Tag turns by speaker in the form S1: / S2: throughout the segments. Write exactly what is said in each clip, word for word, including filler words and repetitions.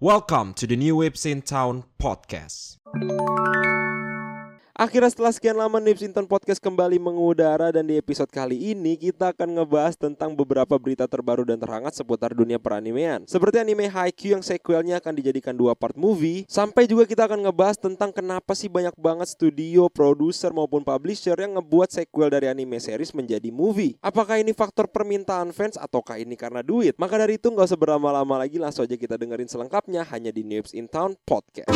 S1: Welcome to the New Whips in Town podcast.
S2: Akhirnya setelah sekian lama New Whips in Town podcast kembali mengudara, dan di episode kali ini kita akan ngebahas tentang beberapa berita terbaru dan terhangat seputar dunia peranimean. Seperti anime Haikyuu yang sequelnya akan dijadikan dua part movie, sampai juga kita akan ngebahas tentang kenapa sih banyak banget studio, produser maupun publisher yang ngebuat sequel dari anime series menjadi movie. Apakah ini faktor permintaan fans ataukah ini karena duit? Maka dari itu gak usah berlama-lama lagi, langsung aja kita dengerin selengkapnya hanya di New Whips in Town podcast.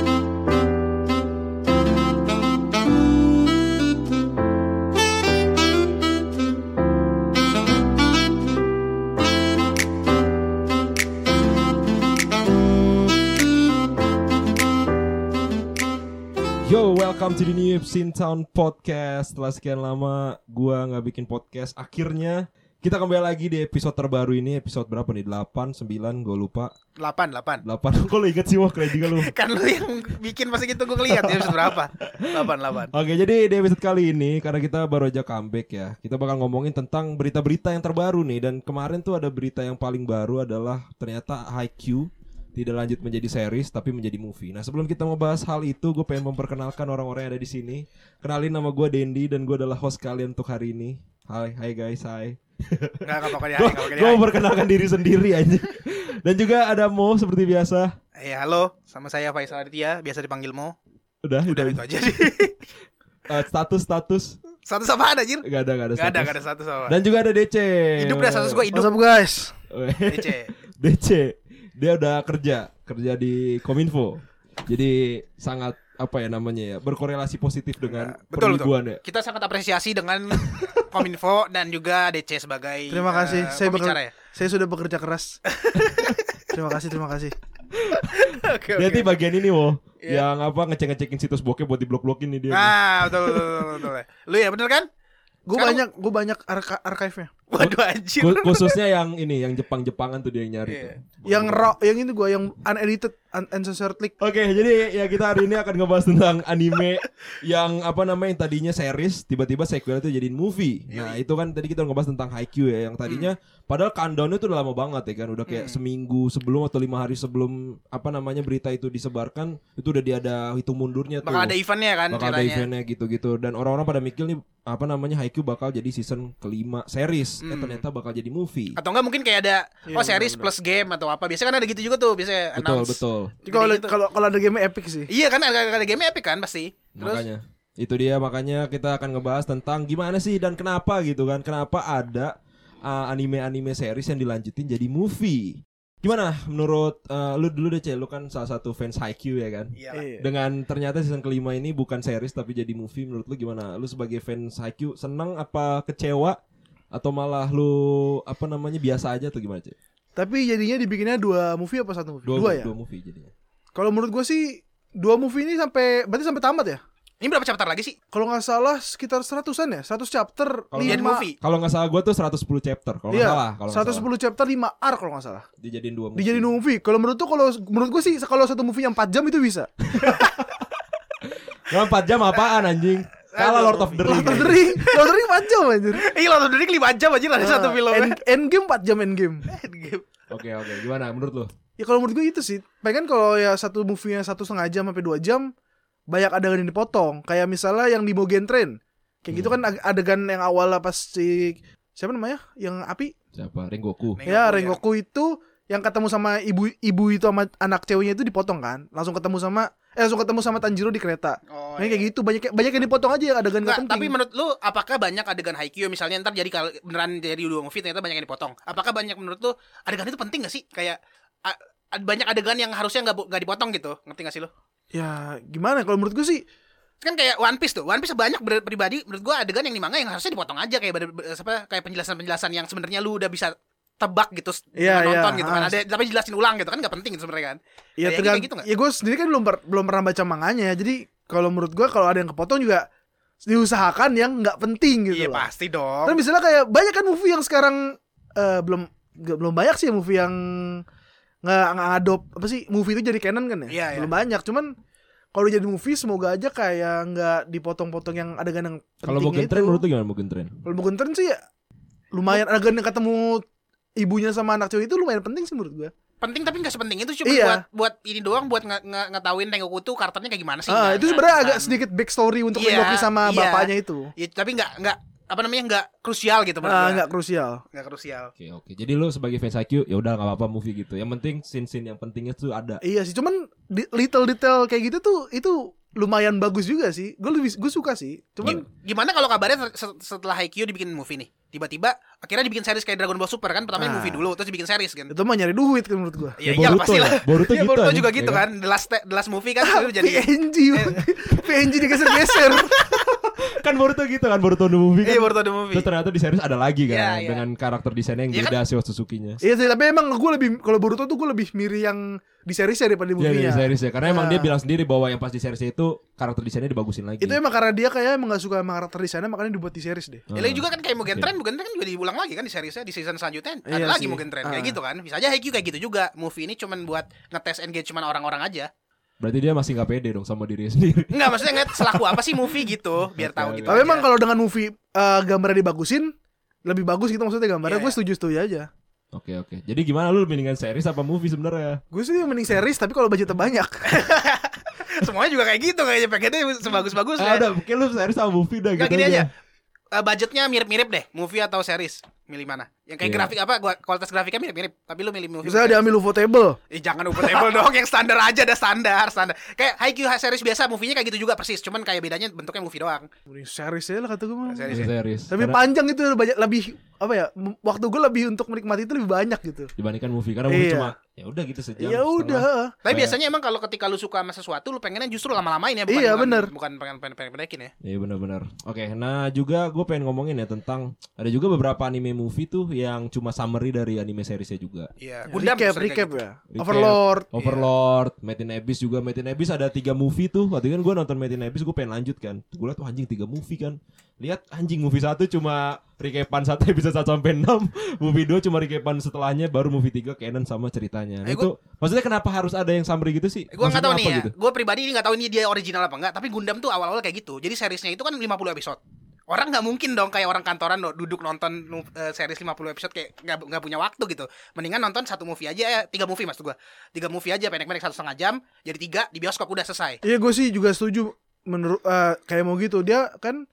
S2: Yo, welcome to the New Whips in Town podcast. Setelah sekian lama gua gak bikin podcast, akhirnya kita kembali lagi di episode terbaru ini. Episode berapa nih? delapan, sembilan, gue lupa.
S3: delapan, delapan.
S2: delapan, kok lo inget sih? Wah, keren juga lu.
S3: Kan lu yang bikin pas gitu gue ngeliat ya episode berapa. delapan, delapan.
S2: Oke, jadi di episode kali ini, karena kita baru aja comeback ya, kita bakal ngomongin tentang berita-berita yang terbaru nih. Dan kemarin tuh ada berita yang paling baru adalah ternyata Haikyuu tidak lanjut menjadi series tapi menjadi movie. Nah, sebelum kita membahas hal itu, gue pengen memperkenalkan orang-orang yang ada di sini. Kenalin, nama gue Dendi dan gue adalah host kalian untuk hari ini. Hai, hai guys, hai.
S3: Enggak, enggak pakai
S2: Gue gue mau memperkenalkan diri sendiri aja. Dan juga ada Mo seperti biasa.
S3: Ya, halo, sama saya Faisal Aditya, biasa dipanggil Mo.
S2: Udah,
S3: udah,
S2: udah
S3: itu aja sih.
S2: uh, status status.
S3: Status apaan anjir?
S2: Gak ada, gak ada status.
S3: Gak ada, gak ada status apa.
S2: Dan juga ada D C.
S3: Hidup dah, status gue hidup.
S4: What's up guys?
S3: D C.
S2: D C. Dia udah kerja, kerja di Kominfo. Jadi sangat apa ya namanya ya, berkorelasi positif dengan
S3: betul,
S2: perwibuan
S3: betul.
S2: Ya.
S3: Kita sangat apresiasi dengan Kominfo dan juga D C sebagai
S4: Terima kasih.
S3: Uh,
S4: saya
S3: pembicara
S4: beker-
S3: ya.
S4: Saya sudah bekerja keras. Terima kasih, terima kasih.
S3: Oke,
S2: Berarti
S3: oke.
S2: bagian ini wo,
S3: Yeah.
S2: yang apa ngecek-ngecekin situs bokep buat diblok-blokin nih dia.
S3: Ah, betul, betul, betul, betul, betul. Lu ya bener kan?
S4: Gue
S3: Sekarang-
S4: banyak, gue banyak arka- archive-nya.
S3: Waduh anjir.
S2: Khu- Khususnya yang ini, yang Jepang-Jepangan tuh dia yang nyari
S3: Iya.
S2: tuh.
S4: Yang raw, yang itu gue, yang unedited, un- uncensored leak.
S2: Oke, jadi ya kita hari ini akan ngebahas tentang anime yang apa namanya yang tadinya series tiba-tiba sequel itu jadiin movie. Nah, itu kan tadi kita ngebahas tentang Haikyuu ya, yang tadinya hmm. padahal countdown-nya tuh udah lama banget ya kan, udah kayak hmm. seminggu sebelum atau lima hari sebelum apa namanya berita itu disebarkan, itu udah diada hitung mundurnya tuh.
S3: Bakal ada eventnya kan
S2: Bakal ada
S3: ceritanya.
S2: eventnya gitu-gitu, dan orang-orang pada mikir nih apa namanya Haikyuu bakal jadi season kelima series,
S3: Hmm.
S2: eh ternyata bakal jadi movie.
S3: Atau enggak mungkin kayak ada
S4: Iya,
S3: oh series
S4: benar-benar.
S3: plus game atau apa. Biasanya kan ada gitu juga tuh, biasanya
S2: Betul,
S3: announce.
S2: betul.
S4: Kalau
S3: Gitu.
S4: kalau kalau ada game epic sih.
S3: Iya kan ada, ada game epic kan pasti. Terus
S2: Makanya itu dia, makanya kita akan ngebahas tentang gimana sih dan kenapa gitu kan, kenapa ada uh, anime-anime series yang dilanjutin jadi movie. Gimana menurut uh, lu dulu deh, Ce, lu kan salah satu fans Haikyuu ya kan?
S3: Iya.
S4: Iya.
S2: Dengan ternyata season kelima ini bukan series tapi jadi movie, menurut lu gimana? Lu sebagai fans Haikyuu seneng apa kecewa atau malah lu apa namanya biasa aja atau gimana, Ce?
S4: Tapi jadinya dibikinnya dua movie apa satu movie?
S2: Dua,
S4: Dua, ya.
S2: dua movie jadinya.
S4: Kalau menurut gue sih dua movie ini sampai berarti sampai tamat ya.
S3: Ini berapa chapter lagi sih?
S4: Kalau nggak salah sekitar seratusan ya, seratus chapter,
S2: Kalau
S3: Jadi
S4: lima.
S3: movie.
S2: Kalau nggak salah gua tuh seratus sepuluh chapter kalau nggak
S4: Iya,
S2: salah, kalau nggak
S4: seratus
S2: salah.
S4: sepuluh chapter, lima arc kalau nggak salah.
S2: Dijadiin dua movie.
S4: Dijadiin movie. Kalau menurut tuh kalau menurut gue sih kalau satu movie yang empat jam itu bisa.
S2: Nah, empat jam apaan anjing? Kalah Lord of the Ring.
S4: Lord of the Ring, Lord of the Ring empat jam anjir.
S3: Ih, Lord of the Ring lima jam aja ada satu filmnya.
S4: End, Endgame empat jam Endgame.
S2: Oke oke, gimana menurut lu?
S4: Ya kalau menurut gue itu sih. Pengen kalau ya satu movie-nya satu setengah jam sampai dua jam, banyak adegan yang dipotong. Kayak misalnya yang di Mugen Train. Kayak gitu kan ade- adegan yang awalnya pas si siapa namanya? Yang api?
S2: Siapa? Rengoku.
S3: Rengoku,
S4: Ya
S3: ya.
S4: Rengoku itu yang ketemu sama ibu ibu itu sama anak ceweknya itu dipotong kan. Langsung ketemu sama eh langsung ketemu sama Tanjiro di kereta.
S3: Oh,
S4: Nah,
S3: iya.
S4: kayak gitu banyak banyak yang dipotong aja yang adegan
S3: Nggak,
S4: gak penting.
S3: tapi menurut lu apakah banyak adegan Haikyuu misalnya ntar jadi kal- beneran jadi dua movie ternyata banyak yang dipotong. Apakah banyak menurut lu adegan itu penting gak sih? Kayak a- a- banyak adegan yang harusnya nggak nggak dipotong gitu. Ngerti gak sih lu?
S4: Ya gimana kalau menurut gue sih
S3: Kan kayak One Piece tuh. One Piece banyak ber- pribadi menurut gua adegan yang di manga yang harusnya dipotong aja kayak ber- ber- apa kayak penjelasan-penjelasan yang sebenarnya lu udah bisa tebak gitu
S4: Iya,
S3: dengan nonton
S4: iya,
S3: gitu kan.
S4: ah.
S3: Ada tapi jelasin ulang gitu kan nggak penting gitu sebenarnya kan.
S4: ya
S3: Kayak
S4: tergantung.
S3: gitu nggak?
S4: Ya gue sendiri kan belum per- belum pernah baca manganya. Jadi kalau menurut gue kalau ada yang kepotong juga diusahakan yang nggak penting gitu
S3: Iya
S4: loh.
S3: pasti dong.
S4: Tapi misalnya kayak banyak kan movie yang sekarang eh, belum nggak- belum banyak sih movie yang nggak ngadop apa sih movie itu jadi canon kan ya?
S3: Iya, iya.
S4: Belum banyak. Cuman kalau jadi movie semoga aja kayak nggak dipotong-potong yang adegan yang
S2: Kalau
S4: pentingnya
S2: Mugen Train
S4: itu.
S2: menurut lu gimana Mugen Train?
S4: Kalau Mugen Train sih ya lumayan adegan yang ketemu ibunya sama anak cewek itu lumayan penting sih menurut gue.
S3: penting tapi nggak sepenting itu, cuma
S4: Iya.
S3: buat buat ini doang, buat nge- nge- ngetahuin Tengoku tuh karakternya kayak gimana sih.
S4: Ah,
S3: Nggak-
S4: itu
S3: nggak-
S4: sebenarnya agak
S3: bukan.
S4: sedikit backstory untuk
S3: Iya,
S4: Rengoku sama
S3: iya.
S4: bapaknya itu.
S3: Ya, tapi nggak nggak apa namanya nggak krusial gitu menurut
S4: Ah,
S3: gua.
S4: nggak krusial.
S3: Nggak krusial.
S2: Oke oke. Jadi lu sebagai fans Haikyuu ya udah nggak apa-apa movie gitu. Yang penting scene-scene yang pentingnya tuh ada.
S4: Iya sih, cuman di- little detail kayak gitu tuh itu lumayan bagus juga sih. Gue lebih gue suka sih. Cuman
S3: Gimana kalau kabarnya se- setelah Haikyuu dibikin movie nih? Tiba-tiba akhirnya dibikin series kayak Dragon Ball Super kan, pertamanya
S4: Ah.
S3: movie dulu terus dibikin series kan.
S4: itu mah nyari duit kan menurut gue.
S3: Iya,
S2: Ya,
S3: iyalah
S2: Boruto
S3: pasti lah.
S2: ya. Boruto
S3: Iya,
S2: gitu
S3: Boruto
S2: anjing,
S3: juga
S2: ya
S3: gitu
S2: kan?
S3: kan. The last The last movie kan
S4: Ah,
S3: itu jadi
S4: P N G, P N G digeser-geser.
S2: Kan Boruto gitu kan, Boruto the movie kan.
S3: Iya, Boruto the movie.
S2: Terus ternyata di series ada lagi kan
S3: Iya, iya.
S2: dengan karakter desainnya yang
S3: Iya
S2: beda Shio Suzuki-nya.
S4: Iya sih, tapi emang gue lebih kalau Boruto tuh gue lebih mirip yang di series ya daripada di
S2: Iya
S4: movie-nya.
S2: di series ya. Karena emang
S4: Ah.
S2: dia bilang sendiri bahwa yang pas di series itu karakter desainnya dibagusin lagi.
S4: Itu emang karena dia kayak emang gak suka sama karakter desainnya, makanya dibuat di series deh.
S3: Ya lagi juga kan kayak Mugen
S2: Oke.
S3: Train, Mugen Train kan juga diulang lagi kan di seriesnya di season selanjutnya. Ada
S4: Iya
S3: lagi
S4: sih.
S3: Mugen Train kayak
S4: Ah.
S3: gitu kan. Bisa aja Haikyuu kayak gitu juga. Movie ini cuman buat ngetes engagement orang-orang aja.
S2: Berarti dia masih nggak pede dong sama dirinya sendiri.
S3: Enggak, maksudnya ngeliat selaku apa sih movie gitu, biar tahu
S2: Oke,
S3: gitu.
S4: Tapi
S3: aja.
S4: emang kalau dengan movie eh, gambarnya dibagusin lebih bagus gitu maksudnya gambarnya.
S3: Iya.
S4: Gue setuju-setuju aja.
S2: Oke oke. Jadi gimana lu mendingan series apa movie sebenarnya?
S4: Gue sih mending series tapi kalau budgetnya banyak.
S3: semuanya juga kayak gitu kayaknya, pengennya sebagus-bagus
S2: Ah,
S3: ya.
S2: udah, mungkin lu series sama movie dah
S3: Enggak
S2: gitu
S3: gini aja. Eh, budgetnya mirip-mirip deh, movie atau series. Milih mana? Yang kayak
S2: Iya.
S3: grafik apa? Gua kualitas grafiknya mirip-mirip, tapi lu milih movie.
S4: Misalnya diambil Ufotable.
S3: Eh jangan Ufotable dong, yang standar aja, ada standar, standar. Kayak Haikyuu series biasa, movie-nya kayak gitu juga persis, cuman kayak bedanya bentuknya movie doang.
S4: Mending series aja lah kata gue mah.
S3: Series.
S2: Iya, series.
S4: Tapi
S2: Karena
S4: panjang itu banyak lebih apa ya? m- Waktu gue lebih untuk menikmati itu lebih banyak gitu.
S2: dibandingkan movie karena movie
S4: Iya.
S2: cuma ya udah gitu sejam.
S4: Ya
S2: setengah.
S4: udah.
S3: Tapi
S2: Kayak-
S3: biasanya emang kalau ketika lu suka sama sesuatu, lu pengennya justru lama-lamain ya, bukan
S4: Iya,
S3: bukan,
S4: bener.
S3: bukan pengen pengen pengen pendekin ya.
S2: Iya benar-benar. Oke, nah juga gue pengen ngomongin ya tentang ada juga beberapa anime movie tuh yang cuma summary dari anime seriesnya juga.
S3: Iya,
S4: Recap,
S3: sering kayak
S4: recap
S3: gitu.
S4: ya.
S2: Recap,
S4: Overlord.
S2: Overlord, Made in Abyss juga. Made in Abyss ada tiga movie tuh. Waktu itu kan gue nonton Made in Abyss, gue pengen lanjut kan. Gue liat tuh anjing tiga movie kan. Lihat anjing movie satu cuma recapan satu episode satu sampai enam. Movie dua cuma recapan setelahnya, baru movie tiga canon sama ceritanya. Nah,
S3: Eh,
S2: itu maksudnya kenapa harus ada yang summary gitu sih?
S3: Gue nggak tahu
S2: Maksudnya
S3: nih
S2: apa
S3: ya.
S2: gitu?
S3: Gue pribadi ini nggak tahu ini dia original apa enggak. Tapi Gundam tuh awal-awal kayak gitu. Jadi seriesnya itu kan lima puluh episode. Orang nggak mungkin dong kayak orang kantoran do- duduk nonton uh, series lima puluh episode kayak nggak nggak punya waktu gitu. Mendingan nonton satu movie aja ya, tiga movie maksud gue. Tiga movie aja pendek-pendek satu setengah jam. Jadi tiga di bioskop udah selesai.
S4: Iya gue sih juga setuju menurut eh, kayak mau gitu dia kan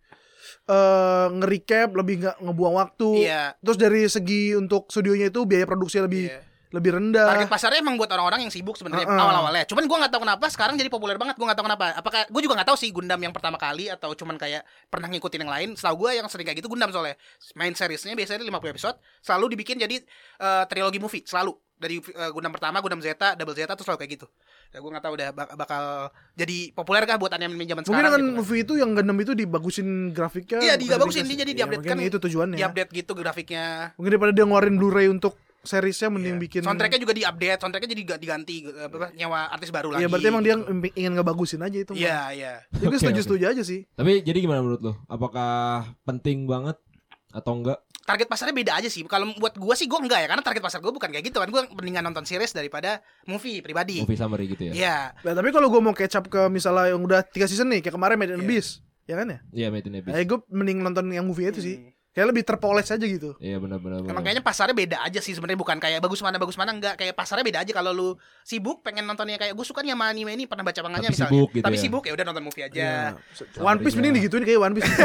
S4: eh nge-recap lebih nggak ngebuang waktu.
S3: Iya.
S4: Terus dari segi untuk studionya itu biaya produksi lebih
S3: Iya.
S4: lebih rendah.
S3: Target pasarnya emang buat orang-orang yang sibuk sebenarnya
S4: Uh-uh.
S3: awal-awalnya. Cuman gue nggak tahu kenapa sekarang jadi populer banget. Gue nggak tahu kenapa. Apakah gue juga nggak tahu sih Gundam yang pertama kali atau cuman kayak pernah ngikutin yang lain. Setahu gue yang sering kayak gitu Gundam soalnya. Main seriesnya biasanya lima puluh episode, selalu dibikin jadi eh, trilogi movie selalu. Dari eh, Gundam pertama, Gundam Zeta, Double Zeta tuh selalu kayak gitu. Ya gue nggak tahu udah bak- bakal jadi populer kah buat anime zaman
S4: Mungkin
S3: sekarang
S4: dengan
S3: gitu kan.
S4: movie itu yang Gundam itu dibagusin grafiknya.
S3: Iya,
S4: bukan
S3: dibagusin,
S4: dikasih-
S3: dia jadi
S4: Iya,
S3: diupdate
S4: mungkin
S3: kan.
S4: itu tujuannya.
S3: Di-update gitu grafiknya.
S4: Mungkin daripada dia ngeluarin Blu-ray untuk seriesnya mending
S3: Iya.
S4: bikin.
S3: Soundtracknya juga di-update, soundtracknya jadi ga- diganti eh, apa, nyawa artis baru lagi.
S4: Iya, berarti emang dia
S3: gitu.
S4: impi- ingin ngebagusin aja itu.
S3: Iya, iya.
S4: Jadi
S2: Oke,
S4: setuju-setuju aja sih.
S2: Tapi jadi gimana menurut lo? Apakah penting banget atau enggak?
S3: Target pasarnya beda aja sih. Kalau buat gua sih gua enggak ya, karena target pasar gua bukan kayak gitu kan. Gua mendingan nonton series daripada movie pribadi.
S2: Movie summary gitu ya?
S3: Iya.
S4: Nah, tapi kalau gue mau catch up ke misalnya yang udah tiga season nih, kayak kemarin Made in
S3: Iya.
S4: Abyss, ya kan ya?
S2: Iya, Made in Abyss.
S4: Eh, gue mending nonton yang movie itu sih.
S3: Hmm.
S4: Kayak lebih terpoles aja gitu.
S2: Iya benar-benar.
S3: Emang kayaknya pasarnya beda aja sih sebenarnya, bukan kayak bagus mana bagus mana, enggak, kayak pasarnya beda aja. Kalau lu sibuk pengen nontonnya kayak gue suka nih sama anime ini, pernah baca manganya
S2: Tapi
S3: misalnya.
S2: sibuk gitu
S3: Tapi
S2: ya.
S3: sibuk ya udah nonton movie aja.
S4: Iya. One Piece
S2: Summary-nya.
S4: mending digituin kayak One Piece.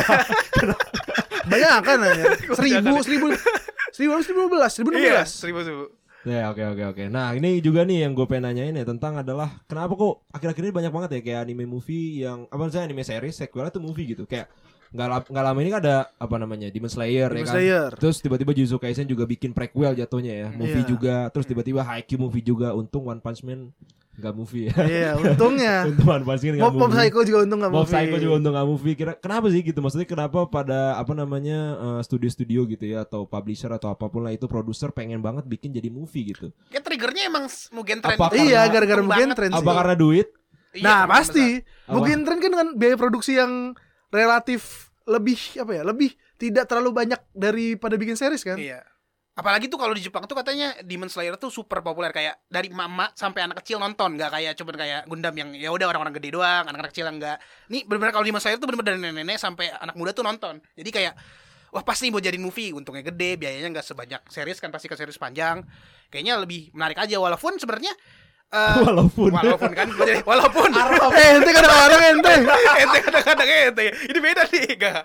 S4: Banyak kan aja. Seribu, seribu, seribu, seribu dua belas, seribu enam
S3: Iya,
S4: belas.
S3: seribu seribu.
S2: Ya oke oke oke. Nah ini juga nih yang gue pengen nanyain ya tentang adalah kenapa kok akhir-akhir ini banyak banget ya kayak anime movie yang apa misalnya anime series sequelnya tuh movie gitu kayak nggak la- nggak lama ini kan ada apa namanya Demon Slayer
S4: Demon
S2: ya kan.
S4: Slayer.
S2: Terus tiba-tiba Jujutsu Kaisen juga bikin prequel jatuhnya ya movie
S4: Iya.
S2: juga. Terus tiba-tiba Haikyuu movie juga. Untung One Punch Man nggak movie ya.
S4: Iya, untungnya.
S2: Untung One Punch Man nggak
S4: Mob Mob
S2: movie.
S4: Psycho juga untung gak
S2: Mob
S4: movie.
S2: Psycho juga untung nggak movie. Kira kenapa sih gitu? Maksudnya kenapa pada apa namanya eh, studio-studio gitu ya atau publisher atau apapun lah itu produser pengen banget bikin jadi movie gitu?
S3: Kayak triggernya emang Mugen Train.
S2: Apa
S4: Iya,
S2: karena-
S4: gara-gara
S3: Untung
S4: Mugen
S3: banget.
S4: Train sih.
S2: Apa karena duit?
S3: Iya,
S4: Nah,
S3: emang
S4: pasti.
S2: Apa?
S4: Mugen Train kan dengan biaya produksi yang relatif lebih apa ya? Lebih tidak terlalu banyak daripada bikin series kan?
S3: Iya. Apalagi tuh kalau di Jepang tuh katanya Demon Slayer tuh super populer, kayak dari mama sampai anak kecil nonton, nggak kayak cuman kayak Gundam yang ya udah orang-orang gede doang, anak-anak kecil yang enggak. Nih benar-benar kalau Demon Slayer tuh benar-benar dari nenek-nenek sampai anak muda tuh nonton. Jadi kayak wah pasti mau jadi movie, untungnya gede, biayanya nggak sebanyak series kan, pasti ke series panjang. Kayaknya lebih menarik aja, walaupun sebenarnya uh,
S2: walaupun
S3: walaupun kan gua jadi, walaupun
S4: Eh, ente kadang-kadang ente.
S3: ente kadang-kadang ente ini beda nih enggak.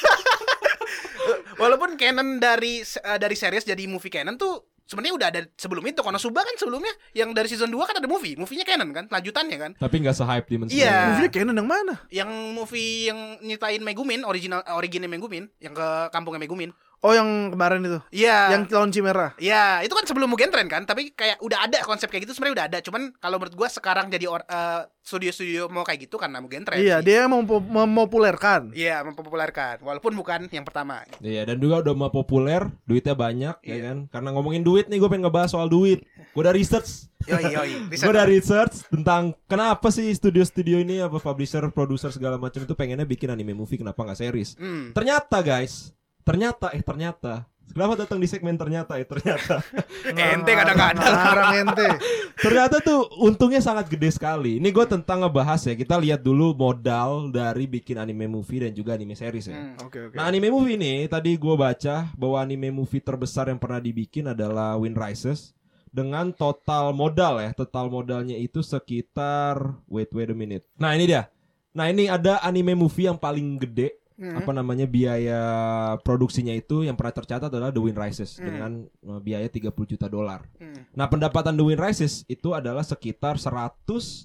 S3: Walaupun canon dari uh, dari series jadi movie canon tuh sebenarnya udah ada sebelum itu. Konosuba kan sebelumnya yang dari season dua kan ada movie, movie-nya canon kan, lanjutannya kan.
S2: tapi nggak se-hype Demon Slayer.
S3: Iya.
S4: Movie canon yang mana?
S3: Yang movie yang nyeritain Megumin, original originnya Megumin, yang ke kampungnya Megumin.
S4: Oh, yang kemarin itu.
S3: Iya.
S4: Yang lawan Chimera.
S3: Iya, itu kan sebelum Mugen Train kan, tapi kayak udah ada konsep kayak gitu sebenarnya udah ada. Cuman kalau menurut gua sekarang jadi or, uh, studio-studio mau kayak gitu karena Mugen Train.
S4: Iya,
S3: sih.
S4: dia mau memopulerkan.
S3: Iya, mempopulerkan walaupun bukan yang pertama.
S2: Iya, dan juga udah mau populer, duitnya banyak,
S3: Iya.
S2: ya kan? Karena ngomongin duit nih, gue pengen ngebahas soal duit. Gue udah research,
S3: Yoi yoi.
S2: gue udah research tentang kenapa sih studio-studio ini apa publisher, produser segala macam itu pengennya bikin anime movie, kenapa nggak series?
S3: Hmm.
S2: Ternyata guys, ternyata eh ternyata. Kenapa datang di segmen ternyata eh ternyata?
S3: Ente kadang-kadang.
S4: Ngarang ente.
S2: Ternyata tuh untungnya sangat gede sekali. Ini gue tentang ngebahas ya. Kita lihat dulu modal dari bikin anime movie dan juga anime series ya.
S3: Hmm.
S4: Oke, oke.
S2: Nah, anime movie ini tadi gue baca bahwa anime movie terbesar yang pernah dibikin adalah Wind Rises dengan total modal ya. Total modalnya itu sekitar wait wait a minute. Nah, ini dia. Nah, ini ada anime movie yang paling gede.
S3: Hmm.
S2: Apa namanya biaya produksinya itu yang pernah tercatat adalah The Wind Rises
S3: Hmm.
S2: dengan uh, biaya tiga puluh juta dolar.
S3: Hmm.
S2: Nah, pendapatan The Wind Rises itu adalah sekitar seratus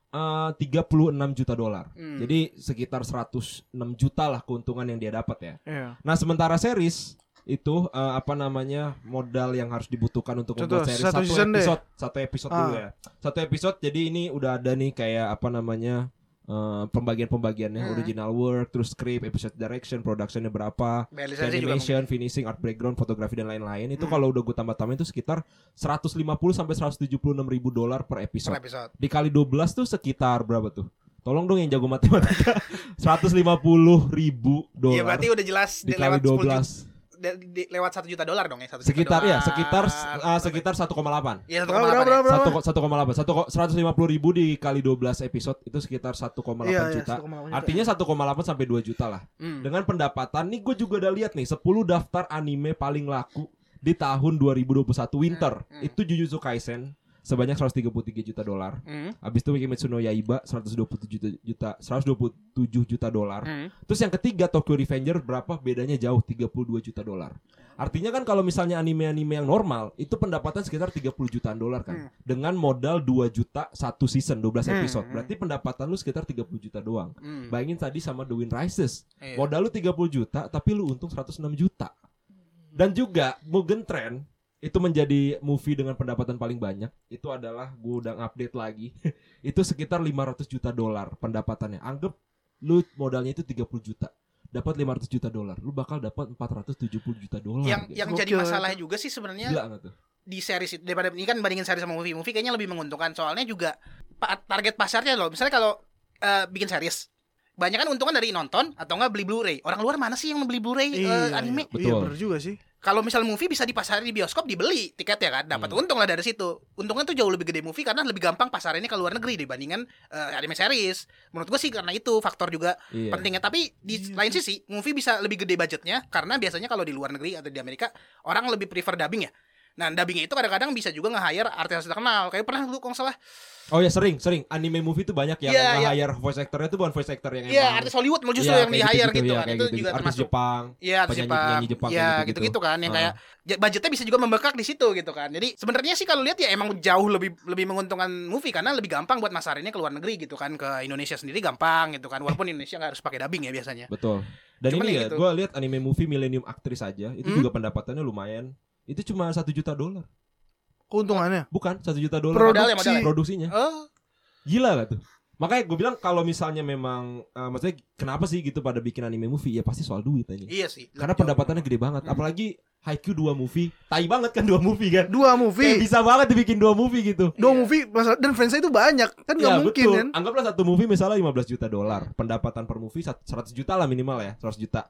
S2: tiga puluh enam juta dolar.
S3: Hmm.
S2: Jadi sekitar seratus enam juta lah keuntungan yang dia dapat ya.
S4: Iya.
S2: Nah, sementara series itu uh, apa namanya modal yang harus dibutuhkan untuk
S4: Contoh,
S2: membuat series
S4: satu
S2: satu,
S4: season deh.
S2: episode, satu episode
S4: Ah.
S2: dulu ya. Satu episode jadi ini udah ada nih kayak apa namanya uh, pembagian-pembagiannya,
S3: Hmm.
S2: original work, terus script, episode direction, productionnya berapa,
S3: Bayar lisensi juga
S2: animation, finishing, art background, fotografi dan lain-lain. Itu
S3: Hmm.
S2: kalau udah gue tambah-tambahin itu sekitar seratus lima puluh sampai seratus tujuh puluh enam ribu dolar per
S3: per
S2: episode.
S3: episode.
S2: Dikali dua belas tuh sekitar berapa tuh? Tolong dong yang jago matematika. seratus lima puluh ribu dolar.
S3: Iya, berarti udah jelas di-
S2: dikali
S3: lewat
S2: dua
S3: sepuluh
S2: belas.
S3: juta, de- di- lewat satu juta dolar dong ya, satu juta
S2: Sekitar ya,
S3: dolar.
S2: sekitar uh, sekitar satu koma delapan.
S3: Iya, satu
S4: Berapa,
S3: koma delapan.
S4: berapa, berapa?
S2: Satu satu koma delapan. Satu seratus lima puluh ribu dikali dua belas episode itu sekitar satu koma delapan
S4: Iya, iya,
S2: juta.
S4: satu koma delapan juta.
S2: Artinya satu koma delapan sampai dua juta lah.
S3: Hmm.
S2: Dengan pendapatan nih gue juga udah lihat nih sepuluh daftar anime paling laku di tahun dua ribu dua puluh satu winter.
S3: Hmm, hmm.
S2: Itu Jujutsu Kaisen sebanyak seratus tiga puluh tiga juta dolar.
S3: Hmm.
S2: Habis itu Kimetsu no Yaiba seratus dua puluh tujuh juta seratus dua puluh tujuh juta dolar.
S3: Hmm.
S2: Terus yang ketiga Tokyo Revenger berapa? Bedanya jauh tiga puluh dua juta dolar. Artinya kan kalau misalnya anime-anime yang normal itu pendapatan sekitar tiga puluh jutaan dolar kan.
S3: Hmm.
S2: Dengan modal dua juta satu season dua belas
S3: Hmm,
S2: episode.
S3: hmm.
S2: Berarti pendapatan lu sekitar tiga puluh juta doang.
S3: Hmm.
S2: Bayangin tadi sama The Wind Rises.
S3: Iya.
S2: Modal lu tiga puluh juta tapi lu untung seratus enam juta. Dan juga Mugen Train itu menjadi movie dengan pendapatan paling banyak. Itu adalah gue udah update lagi. Itu sekitar lima ratus juta dolar pendapatannya. Anggap lu modalnya itu tiga puluh juta. Dapat lima ratus juta dolar. Lu bakal dapat empat ratus tujuh puluh juta dolar.
S3: Yang
S2: guys.
S3: yang jadi
S4: Gokil.
S3: masalahnya juga sih sebenarnya
S2: Gila gak tuh?
S3: di series itu, daripada ini kan bandingin series sama movie, movie kayaknya lebih menguntungkan soalnya juga pa- target pasarnya loh. Misalnya kalau eh, bikin series, banyak kan untungan dari nonton atau enggak beli Blu-ray. Orang luar mana sih yang membeli Blu-ray eh, anime?
S2: Betul.
S4: Iya, bener juga sih.
S3: Kalau misal movie bisa dipasarin di bioskop, dibeli tiketnya kan, dapat
S2: Hmm.
S3: untung lah dari situ. Untungnya tuh jauh lebih gede movie karena lebih gampang pasarannya ke luar negeri dibandingkan eh, anime series. Menurut gue sih karena itu faktor juga
S2: Iya.
S3: pentingnya. Tapi di lain sisi, movie bisa lebih gede budgetnya karena biasanya kalau di luar negeri atau di Amerika orang lebih prefer dubbing ya. Nah, dubbingnya itu kadang-kadang bisa juga nge-hire artis terkenal. Kayak pernah lu kalau nggak salah,
S2: Oh ya sering, sering. Anime movie tuh banyak yang
S3: Iya, iya.
S2: nge-hire voice actornya tuh bukan voice actor yang
S3: iya
S2: emang.
S3: artis Hollywood mau justru
S2: Iya,
S3: yang
S2: kayak
S3: di-hire
S2: gitu-gitu,
S3: gitu
S2: iya,
S3: kan.
S2: kayak
S3: Itu
S2: gitu-gitu.
S3: juga
S2: Artis
S3: termasuk.
S2: Jepang.
S3: Iya, artis
S2: penyanyi-
S3: Jepang.
S2: penyanyi Jepang
S3: Iya,
S2: kayak gitu-gitu.
S3: gitu-gitu kan yang
S2: Ah.
S3: kayak ja- budgetnya bisa juga membengkak di situ gitu kan. Jadi sebenarnya sih kalau lihat ya emang jauh lebih lebih menguntungkan movie karena lebih gampang buat masarinnya ke luar negeri gitu kan. Ke Indonesia sendiri gampang gitu kan. Walaupun Indonesia nggak harus pakai dubbing ya biasanya.
S2: Betul. Dan
S3: Cuman
S2: ini
S3: ya
S2: ya,
S3: gitu.
S2: gue lihat anime movie Millennium Actress aja, itu
S3: Hmm?
S2: juga pendapatannya lumayan. Itu cuma satu juta dolar.
S4: Keuntungannya.
S2: Bukan, satu juta dolar.
S3: Modalnya,
S4: Produksi.
S3: modalnya.
S2: Produksinya.
S3: Oh,
S2: Gila gak tuh? Makanya gue bilang kalau misalnya memang uh, maksudnya kenapa sih gitu pada bikin anime movie? Ya pasti soal duit aja.
S3: iya sih.
S2: Karena
S3: Jauh.
S2: pendapatannya gede banget.
S3: Hmm.
S2: Apalagi Haikyuu dua movie. Tai banget kan dua movie kan.
S4: Dua
S2: Kayak
S4: movie.
S2: bisa banget dibikin dua movie gitu.
S4: Dua
S3: Iya.
S4: movie masa- dan fansnya itu banyak. Kan nggak
S2: Ya
S4: mungkin
S2: betul.
S4: kan.
S2: Anggaplah satu movie misalnya lima belas juta dolar. Pendapatan per movie seratus juta lah minimal ya. seratus juta.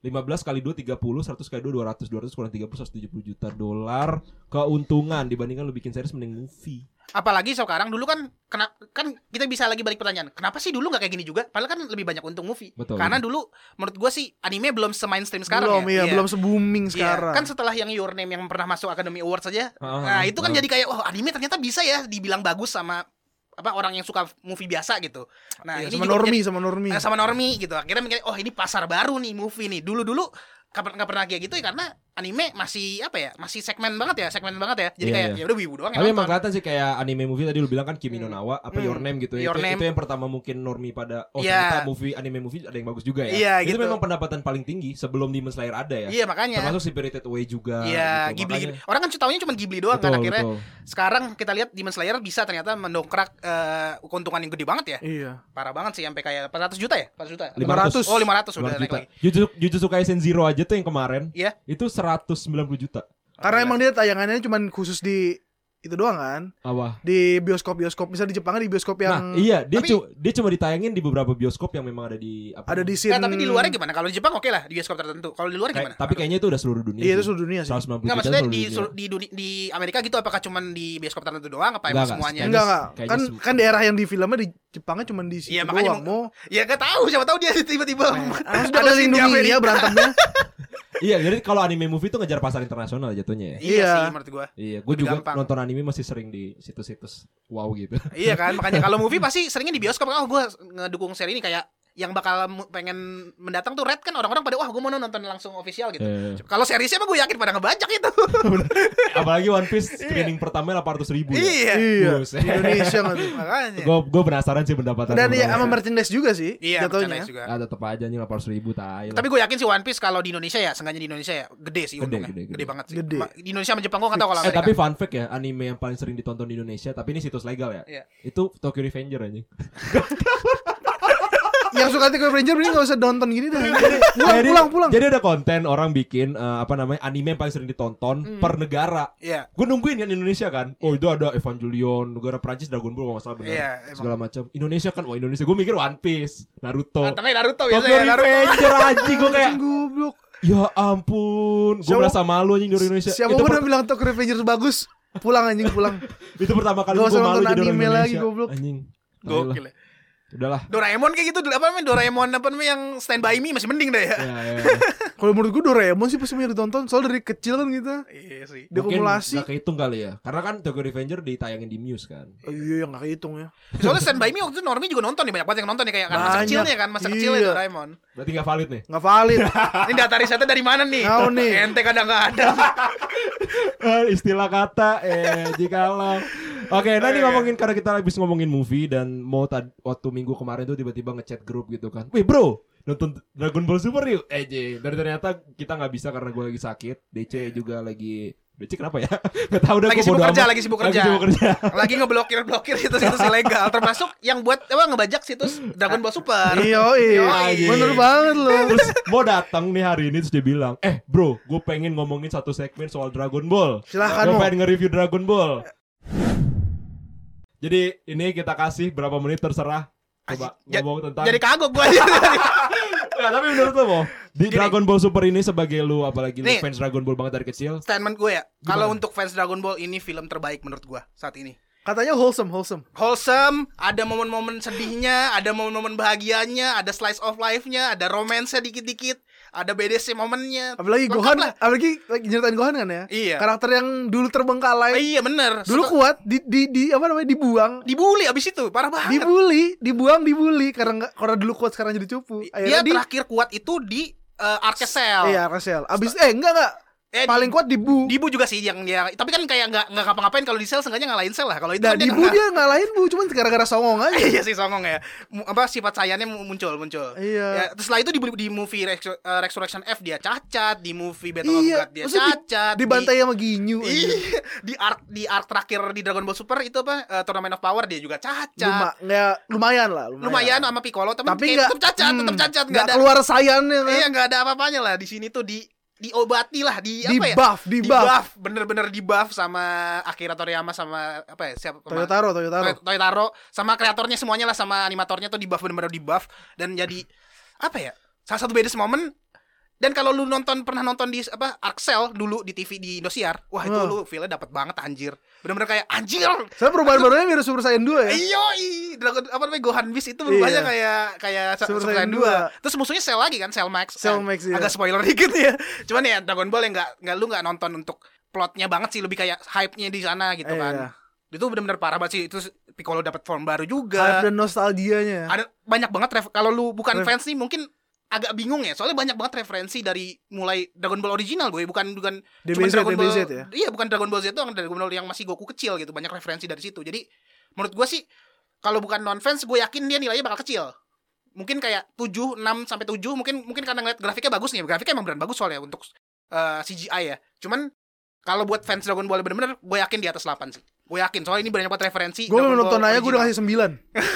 S2: lima belas kali dua tiga puluh, seratus kali dua dua ratus, dua ratus kurang tiga puluh, seratus tujuh puluh juta dolar keuntungan dibandingkan lu bikin series mending movie.
S3: Apalagi sekarang dulu kan kena, kan kita bisa lagi balik pertanyaan. Kenapa sih dulu enggak kayak gini juga? Padahal kan lebih banyak untung movie.
S2: Betul.
S3: Karena dulu menurut gua sih anime belum se-mainstream sekarang
S4: belum,
S3: ya.
S4: Iya, belum se-booming sekarang.
S3: Iya, kan setelah yang Your Name yang pernah masuk Academy Awards saja.
S2: Ah,
S3: Nah, itu kan
S2: ah.
S3: jadi kayak oh, anime ternyata bisa ya dibilang bagus sama apa orang yang suka movie biasa gitu. Nah,
S4: Iya,
S3: ini
S4: sama
S3: juga
S4: Normi,
S3: menjadi-
S4: sama Normi.
S3: eh, sama Normi gitu. Akhirnya mikir oh ini pasar baru nih movie nih. Dulu-dulu kapan nggak pernah kayak gitu ya karena anime masih apa ya masih segmen banget ya segmen banget ya jadi
S2: Iya,
S3: kayak
S2: iya.
S3: ya udah wibu doang yang
S2: Tapi emang
S3: nonton.
S2: kelihatan sih kayak anime movie tadi lu bilang kan Kimi no Nawa apa
S3: Hmm.
S2: Your Name gitu ya.
S3: Your
S2: Itu,
S3: Name.
S2: itu yang pertama mungkin Normi pada oh
S3: Iya.
S2: ternyata movie anime movie ada yang bagus juga ya.
S3: Iya,
S2: Itu
S3: gitu.
S2: memang pendapatan paling tinggi sebelum Demon Slayer ada ya.
S3: Iya makanya
S2: Termasuk Spirited Away juga
S3: iya
S2: gitu.
S3: Ghibli,
S2: Makanya-
S3: Ghibli orang kan taunya cuma Ghibli doang
S2: Betul,
S3: kan akhirnya
S2: betul.
S3: sekarang kita lihat Demon Slayer bisa ternyata mendongkrak eh, keuntungan yang gede banget ya
S4: Iya.
S3: parah banget sih sampai kayak empat ratus juta ya empat ratus juta
S2: lima ratus.
S3: oh lima ratus udah
S2: lima ratus
S3: naik
S2: juta.
S3: lagi
S2: Jujutsu, Jujutsu Kaisen Zero aja tuh yang kemarin
S3: Iya.
S2: itu seratus sembilan puluh juta.
S4: Karena emang dia tayangannya cuma khusus di itu doang kan.
S2: Apa?
S4: Di bioskop-bioskop. Misal di Jepang kan di bioskop
S2: Nah,
S4: yang
S2: iya, dia
S3: Tapi-
S2: cu- dia cuma ditayangin di beberapa bioskop yang memang ada di apa?
S4: ada di
S3: Eh,
S4: scene.
S3: tapi di luarnya gimana kalau di Jepang oke lah di bioskop tertentu kalau di luar
S2: Kayak-
S3: gimana
S2: tapi kayaknya itu udah seluruh dunia.
S4: Iya,
S2: sih.
S4: itu seluruh dunia sih.
S2: seratus sembilan puluh
S3: Enggak
S2: juta
S3: maksudnya
S2: seluruh
S3: di
S2: dunia.
S3: sur- di duni- di Amerika gitu apakah cuma di bioskop tertentu doang apa
S2: Enggak,
S3: emang
S2: enggak.
S3: semuanya?
S4: Enggak enggak.
S2: Kayaknya
S4: Kan
S2: sem-
S4: kan daerah yang di filmnya di Jepangnya cuma di situ
S3: Iya, makanya
S4: doang. Mau
S3: Ya gak tahu siapa tahu dia tiba-tiba
S4: harus
S3: ada
S4: ada
S3: scene di
S4: dunia
S3: Amerika.
S4: berantemnya.
S2: Iya, jadi kalau anime movie itu ngejar pasar internasional jatuhnya ya.
S3: Iya
S4: Iya.
S3: sih menurut gua.
S2: Iya, gue
S3: Lebih
S2: juga
S3: gampang.
S2: nonton anime masih sering di situs-situs wow gitu.
S3: Iya kan makanya kalau movie pasti seringnya di bioskop. Oh gue ngedukung seri ini kayak yang bakal mu- pengen mendatang tuh Red kan orang-orang pada wah gue mau nonton langsung official gitu.
S2: Eh.
S3: Kalau seriesnya mah gue yakin pada ngebajak itu.
S2: Apalagi One Piece screening pertama delapan ratus ribu.
S3: Iya.
S4: Iya.
S2: Buset.
S4: Di Indonesia nggak tuh.
S3: Makanya.
S2: Gue gue penasaran sih pendapatan.
S4: Dan ya
S2: orang.
S4: sama merchandise juga sih
S3: Iya
S4: jatuhnya.
S3: merchandise juga.
S2: Ah, tetep aja nih delapan ratus ribu tai lah.
S3: Tapi gue yakin sih One Piece kalau di Indonesia ya, sengaja di Indonesia ya, gede sih
S2: Gede,
S3: untungnya.
S2: gede,
S3: Gede,
S2: gede.
S3: banget sih.
S4: Gede.
S3: Ma- Di Indonesia sama Jepang gue nggak tahu kalau
S2: Eh
S3: Amerika.
S2: tapi fun fact ya, anime yang paling sering ditonton di Indonesia, tapi ini situs legal ya.
S3: Iya.
S2: Itu Tokyo Revenger anjing.
S4: Yang suka Tokyo Ranger ini nggak usah nonton gini dah. Pulang
S2: Jadi-
S4: pulang pulang.
S2: Jadi ada konten orang bikin eh, apa namanya anime yang paling sering ditonton per negara.
S3: Iya.
S2: Gue nungguin kan Indonesia kan. Oh itu ada Evangelion, negara Prancis Dragon Ball kalau nggak salah benar.
S3: Iya, emang.
S2: Segala macam. Indonesia kan, wah Indonesia. Gue mikir One Piece, Naruto.
S3: Tengah Naruto
S2: Tokyo
S3: biasanya Naruto.
S2: Revenger anjing gue kayak.
S4: Goblok.
S2: Ya ampun, gue
S4: Siapa-
S2: merasa malu anjing dari Indonesia.
S4: Siapa
S2: itu,
S4: pun
S2: per-
S4: yang bilang Tokyo Revengers bagus. Pulang anjing pulang.
S2: itu pertama kali
S4: Gak
S2: gue
S4: usah
S2: malu
S4: nonton
S2: jadi orang
S4: anime
S2: Indonesia.
S4: lagi, goblok.
S2: Anjing.
S3: Gokil. ya.
S2: Udahlah.
S3: Doraemon kayak gitu dulu apa namanya Doraemon apa namanya yang Stand By Me masih mending deh ya.
S2: Ya, ya.
S4: Kalau menurut gue Doraemon sih pasti banyak ditonton. Soalnya dari kecil kan gitu.
S3: Iya sih.
S2: Mungkin
S4: Diakumulasi.
S2: gak kehitung kali ya. Karena kan Tokyo Revenger ditayangin di Muse kan.
S4: Oh, iya yang gak kehitung ya.
S3: Soalnya Stand By Me waktu itu Normi juga nonton nih banyak banget yang nonton nih kayak kan masa
S4: Banyak.
S3: kecilnya kan masa kecilnya
S4: Iya.
S3: Doraemon.
S2: Berarti gak valid nih.
S4: Gak valid.
S3: Ini data risetnya dari mana nih?
S4: Tahu nih.
S3: Ente kadang nggak ada.
S2: Eh, istilah kata eh jikalau. Oke, nah ini ngomongin karena kita habis ngomongin movie dan mau tad, waktu minggu kemarin tuh tiba-tiba ngechat grup gitu kan. Wih bro, nonton Dragon Ball Super yuk. Eh J, dari ternyata kita nggak bisa karena gue lagi sakit. D C juga lagi. D C kenapa ya? Gak tahu dah.
S3: Lagi
S2: gua
S3: sibuk
S2: bodo
S3: kerja,
S2: amat.
S3: lagi sibuk kerja.
S2: Lagi sibuk kerja.
S3: Lagi ngeblokir-blokir situs-situs ilegal termasuk yang buat apa ngebajak situs Dragon Ball Super.
S4: Iya, iya.
S3: Yoi.
S4: Bener banget loh.
S2: Terus mau datang nih hari ini terus dia bilang, eh bro, gue pengen ngomongin satu segmen soal Dragon Ball.
S4: Silahkan,
S2: Gue
S4: Mo.
S2: pengen nge-review Dragon Ball. Jadi ini kita kasih berapa menit terserah. Coba
S3: Ja-
S2: ngomong tentang.
S3: Jadi kagok gua aja.
S2: Nggak, tapi menurut lo Mo, di
S3: Gini.
S2: Dragon Ball Super ini sebagai lu apalagi lu
S3: Nih.
S2: fans Dragon Ball banget dari kecil.
S3: Statement gue ya.
S2: Gimana?
S3: Kalau untuk fans Dragon Ball ini film terbaik menurut gua saat ini.
S4: Katanya wholesome, wholesome.
S3: Wholesome, ada momen-momen sedihnya, ada momen-momen bahagianya, ada slice of life-nya, ada romance-nya dikit-dikit, ada B D C momennya.
S4: Apalagi
S3: Lengkap
S4: Gohan,
S3: lah.
S4: apalagi lagi nyeritain Gohan kan ya.
S3: Iya.
S4: Karakter yang dulu
S3: Eh,
S4: terbengkalai,
S3: iya bener.
S4: dulu
S3: Suka-
S4: kuat, di di di apa namanya dibuang,
S3: dibully abis itu, parah banget.
S4: dibully, dibuang, dibully karena nggak karena dulu kuat sekarang jadi cupu.
S3: Dia
S4: Akhirnya di
S3: terakhir kuat itu di uh, Arkesel.
S4: iya Rasel. Abis eh enggak enggak.
S3: Eh,
S4: Paling kuat dibu.
S3: Dibu juga sih yang dia, tapi kan kayak nggak nggak ngapa-ngapain kalau di sel sengaja ngalahin sel lah. Kalau itu
S4: Nah,
S3: kan dia
S4: dibu
S3: nggak-
S4: dia ngalahin bu, cuman gara-gara songong aja.
S3: Iya sih songong ya. Mu- Apa sifat sayangnya mu- muncul muncul.
S4: Iya.
S3: Ya, terus setelah itu di, di movie Rex- uh, Resurrection F dia cacat, di movie Battle of
S4: Iya,
S3: God dia
S4: maksudnya di-
S3: cacat.
S4: dibantai sama Ginyu.
S3: Di,
S4: anjir.
S3: iya, di arc di arc terakhir di Dragon Ball Super itu apa? Uh, Tournament of Power dia juga cacat.
S4: Luma, nggak, lumayan lah,
S3: Lumayan sama Piccolo tapi,
S4: Tapi
S3: kayak
S4: nggak
S3: tetap cacat,
S4: hmm,
S3: tetap cacat
S4: nggak
S3: nggak ada.
S4: keluar sayannya kan.
S3: Iya nggak ada apa-apanya lah di sini tuh di diobati lah di,
S4: Di
S3: apa ya?
S4: buff, di buff.
S3: bener-bener di buff sama Akira Toriyama sama apa ya siapa
S4: Toyotaro, Toyotaro.
S3: Toy- Toyotaro sama kreatornya semuanya lah sama animatornya tuh di buff bener-bener di buff dan jadi apa ya salah satu best moment Dan kalau lu nonton pernah nonton di apa Arxel dulu di T V di Indosiar, wah itu
S4: Oh.
S3: lu feel-nya dapat banget anjir. Bener-bener kayak anjir.
S4: Saya perubahan barunya mirip Super Saiyan dua ya.
S3: Iyo, Dragon apa namanya Gohan Beast itu berubahnya
S4: Iya.
S3: kayak kayak
S4: Super
S3: Super
S4: Saiyan
S3: Saiyan
S4: dua.
S3: dua. Terus musuhnya Cell lagi kan, Cell Max.
S4: Cell
S3: Eh,
S4: Max, iya.
S3: Agak spoiler dikit ya. Cuman ya Dragon Ball yang enggak enggak lu enggak nonton untuk plotnya banget sih, lebih kayak hype-nya di sana gitu
S4: Eh,
S3: kan.
S4: iya.
S3: Itu benar-benar parah banget sih. Terus Piccolo dapat form baru juga.
S4: Hype dan nostalgianya.
S3: Ada banyak banget ref- kalau lu bukan
S4: Ref-
S3: fans nih mungkin agak bingung ya, soalnya banyak banget referensi dari mulai Dragon Ball original gue, bukan bukan
S4: D B Z,
S3: cuman Dragon
S4: D B Z
S3: Ball
S4: ya?
S3: iya bukan Dragon Ball Z doang, Dragon Ball yang masih Goku kecil gitu, banyak referensi dari situ. Jadi menurut gue sih kalau bukan non fans gue yakin dia nilainya bakal kecil, mungkin kayak tujuh, enam sampai tujuh, mungkin mungkin karena ngeliat grafiknya bagus nih, grafiknya emang beneran bagus soalnya untuk uh, C G I ya. Cuman kalau buat fans Dragon Ball bener-bener gue yakin di atas delapan sih, gue yakin soalnya ini banyak banget referensi.
S4: Gue
S3: Dragon
S4: belum nonton
S3: Ball
S4: aja gue udah
S3: original.
S4: kasih sembilan.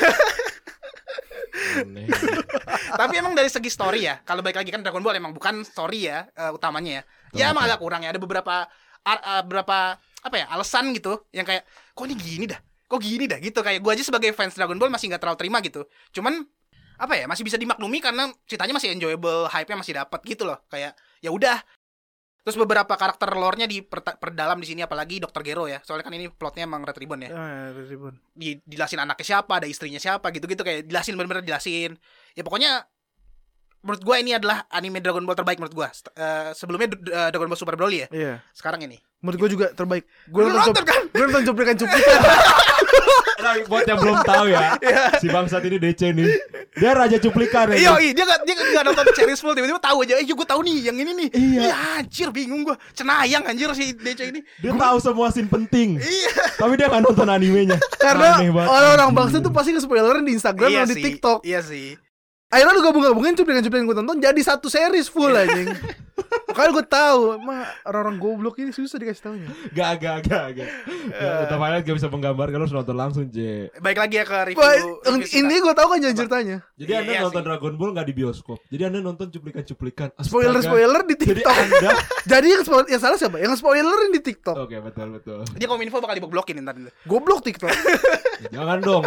S1: Aneh.
S3: Tapi emang dari segi story ya, kalau balik lagi kan Dragon Ball emang bukan story ya uh, utamanya ya. Ya emang agak kurang ya, ada beberapa ar- uh, beberapa apa ya alasan gitu yang kayak kok ini gini dah, kok gini dah gitu. Kayak gue aja sebagai fans Dragon Ball masih nggak terlalu terima gitu. Cuman apa ya, masih bisa dimaklumi karena ceritanya masih enjoyable, hype-nya masih dapat gitu loh. Kayak ya udah. Terus beberapa karakter lore-nya diperdalam di sini, apalagi dokter Gero ya. Soalnya kan ini plotnya emang Red Ribbon ya.
S4: Ah, Ribbon.
S3: Di, dijelasin anaknya siapa, ada istrinya siapa gitu-gitu, kayak jelasin bener-bener jelasin. Ya pokoknya menurut gue ini adalah anime Dragon Ball terbaik menurut gue. Uh, sebelumnya uh, Dragon Ball Super Broly ya.
S4: Iya.
S3: Sekarang ini.
S4: Menurut gue juga terbaik. Gue
S3: Lu
S4: nonton,
S3: nonton kan?
S4: gue nonton cuplikan-cuplikan.
S1: Nah, buat yang belum tahu ya, si bangsat ini D C nih, dia raja cuplikan
S3: Iya,
S1: ya.
S3: iya dia gak, dia gak nonton series full, tiba-tiba tahu aja. Eh, gue tahu nih yang ini nih.
S1: Iya.
S3: Iya, anjir bingung gue. Cenayang anjir si D C ini.
S1: Dia tahu semua scene penting,
S3: Iya.
S1: tapi dia nggak nonton animenya.
S4: Karena
S1: Aneh banget.
S4: orang-orang bangsa tuh pasti nge-spoilerin di Instagram
S3: Iya
S4: dan di
S3: sih,
S4: TikTok.
S3: Iya sih.
S4: Akhirnya lu gabung-gabungin cuplikan-cuplikan gue tonton jadi satu series full anjing. Makanya gue tahu, emang orang-orang goblok ini susah dikasih taunya.
S1: Gak, gak, gak, gak. Ya, utamanya gak bisa menggambarkan, lu harus nonton langsung, J.
S3: Baik lagi ya ke review.
S4: Wah,
S3: review
S4: ini
S3: singkat.
S4: gue tahu kan jalan ceritanya.
S1: Jadi
S3: Iya,
S1: anda
S3: iya
S1: nonton
S3: sih.
S1: Dragon Ball gak di bioskop. Jadi anda nonton cuplikan-cuplikan. Astaga.
S4: Spoiler-spoiler di
S1: Jadi
S4: TikTok.
S1: anda
S4: Jadi yang spoiler, yang salah siapa? Yang spoilerin di TikTok.
S1: Oke, betul, betul.
S3: Dia kominfo bakal diblokin ntar.
S4: Goblok TikTok.
S1: Jangan dong.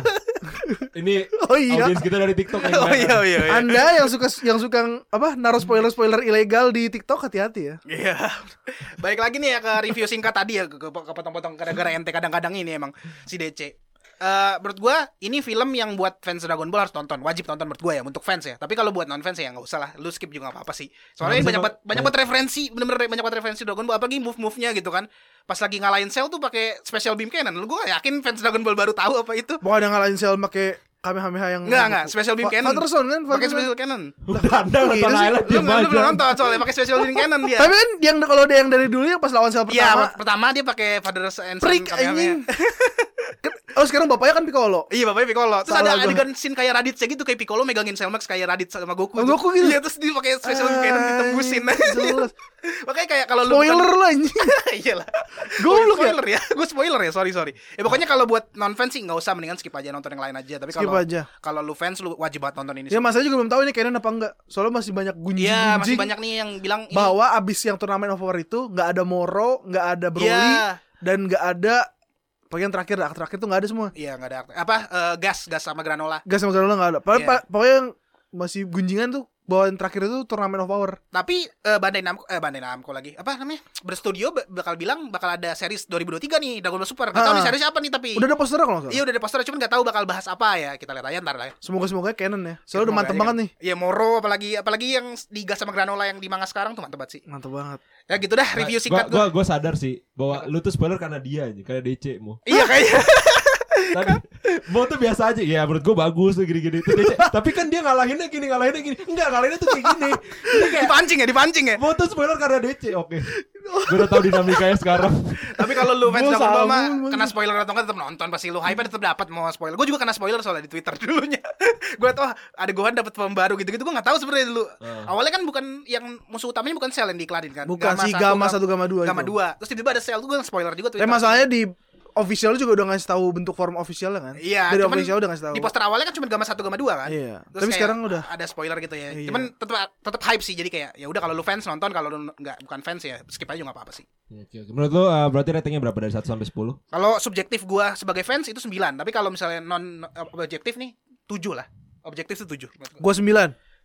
S1: Ini
S4: Oh iya.
S1: audiens kita dari TikTok yang
S3: Oh
S1: kelihatan.
S3: iya iya iya.
S4: Anda yang suka yang suka apa naruh spoiler-spoiler ilegal di TikTok hati-hati ya.
S3: Iya. Baik lagi nih ya ke review singkat tadi ya, ke ke- kepotong-potong gara-gara ente kadang-kadang ini emang si D C. Eh menurut gua ini film yang buat fans Dragon Ball harus tonton, wajib tonton menurut gua ya, untuk fans ya. Tapi kalau buat non fans ya nggak usah lah, lu skip juga nggak apa-apa sih. Soalnya ini
S1: Nggak
S3: banyak
S1: usah,
S3: banget banyak banget referensi, bener-bener banyak banget referensi Dragon Ball, apalagi move-move-nya gitu kan. Pas lagi ngalahin Cell tuh pakai special beam cannon. Lu gua yakin fans Dragon Ball baru tahu apa itu.
S4: Mau ada ngalahin Cell pakai Kamehameha yang
S3: Enggak enggak, special beam
S4: Fa-
S3: cannon.
S4: Fatherson kan,
S3: Pakai
S4: Fatherson.
S3: special cannon.
S1: Udah anda nonton
S4: Gila sih.
S1: highlight
S3: Lu
S1: dia
S3: lu belum
S1: aja.
S3: nonton soalnya pakai special beam cannon dia.
S4: Tapi kan yang kalau ada yang dari dulu yang pas lawan Cell
S3: Iya,
S4: pertama.
S3: pertama dia pakai Father's and Son
S4: Prik
S3: Kamehameha.
S4: anjing. Kan- Oh sekarang bapaknya kan Piccolo.
S3: Iya bapaknya Piccolo. Terus
S4: Salah
S3: ada
S4: gua.
S3: adegan scene kayak Raditz gitu, kayak Piccolo megangin Cellmax kayak Raditz sama Goku.
S4: Sama Goku gitu?
S3: Iya, terus dia pakai special beam cannon ditembusin.
S4: Jelas.
S3: Makanya kayak kalau lu
S4: Spoiler
S3: bukan-
S4: lah anjing.
S3: Iyalah.
S4: Goblok ya?
S3: Spoiler ya. Gue spoiler ya, sorry sorry. Ya pokoknya kalau buat non fans sih nggak usah, mendingan skip aja, nonton yang lain aja. Tapi
S4: Skip
S3: kalau
S4: aja.
S3: kalau lu fans lu wajib banget nonton ini.
S4: Ya
S3: sih.
S4: masanya juga belum tahu ini canon apa enggak. Soalnya masih banyak
S3: Iya,
S4: gunjing-gunjing.
S3: masih banyak nih yang bilang ini.
S4: Bahwa abis yang turnamen of war itu nggak ada Moro, nggak ada Broly,
S3: Iya.
S4: dan nggak ada bagian terakhir, aktor terakhir tuh nggak ada semua.
S3: Iya, enggak ada apa eh, gas, gas sama granola.
S4: Gas sama Granola nggak ada. Padahal
S3: Iya.
S4: pa- pokoknya yang masih gunjingan tuh bahwa yang terakhir itu turnamen of power.
S3: Tapi eh, Bandai Namco eh Bandai Namco lagi. Apa namanya? Berstudio ba- bakal bilang bakal ada series dua ribu dua puluh tiga nih Dragon Ball Super. Enggak tahu
S4: Ah.
S3: nih series apa nih tapi.
S4: Udah ada posternya kalau nggak salah.
S3: Iya udah ada poster, cuman enggak tahu bakal bahas apa ya. Kita lihat aja ntar lah ya.
S4: Semoga semoga canon ya. Soalnya udah
S3: Semoga
S4: mantep
S3: aja
S4: banget
S3: kan.
S4: nih.
S3: Iya Moro apalagi apalagi yang di gas sama granola yang di manga sekarang tuh mantep banget sih.
S4: Mantep banget.
S3: Ya gitu dah review singkat
S1: gua,
S3: gua.
S1: gua, gua sadar sih bahwa lu tuh spoiler karena dia aja, kayak D C mu.
S3: Iya kayaknya.
S1: Tapi mau tuh biasa aja. Ya menurut gua bagus tuh gini-gini. Tuh D C. Tapi kan dia ngalahinnya gini, ngalahinnya gini. Enggak, ngalahinnya tuh kayak gini. Ini kayak
S3: Dipancing ya, dipancing ya.
S1: mau tuh spoiler karena D C. Oke. Gua udah tahu dinamikanya sekarang.
S3: Tapi kalau lu fans
S4: Gua
S3: Dragon Ball
S4: salah
S3: mah
S4: mulu,
S3: kena spoiler atau enggak tetap nonton, pasti lu hype tetap dapat mau spoiler. Gue juga kena spoiler soalnya di Twitter dulunya. Gue tau ada Gohan dapat form baru gitu-gitu, gue enggak tahu sebenarnya dulu.
S1: Uh.
S3: Awalnya kan bukan yang musuh utamanya bukan Cell yang diiklanin kan.
S4: Bukan si Gamma satu Gamma dua.
S3: Gamma
S4: itu.
S3: dua. Terus tiba-tiba ada Cell tuh gue spoiler juga Twitter.
S4: Tapi masalahnya di official juga udah ngasih tahu bentuk form officialnya kan.
S3: Iya,
S4: Dari
S3: cuman
S4: official udah ngasih tahu.
S3: di poster awalnya kan cuma Gamma satu Gamma dua kan.
S4: Iya.
S3: Terus
S4: Tapi
S3: kayak
S4: sekarang udah.
S3: ada spoiler gitu ya.
S4: Iya.
S3: Cuman tetap tetap hype sih, jadi kayak ya udah kalau lu fans nonton, kalau lu enggak bukan fans ya skip aja enggak apa-apa sih.
S1: Oke, oke. Menurut lu uh, berarti ratingnya berapa dari satu sampai sepuluh?
S3: Kalau subjektif gua sebagai fans itu sembilan, tapi kalau misalnya non objektif nih tujuh lah. Objektif itu tujuh.
S4: Gua sembilan.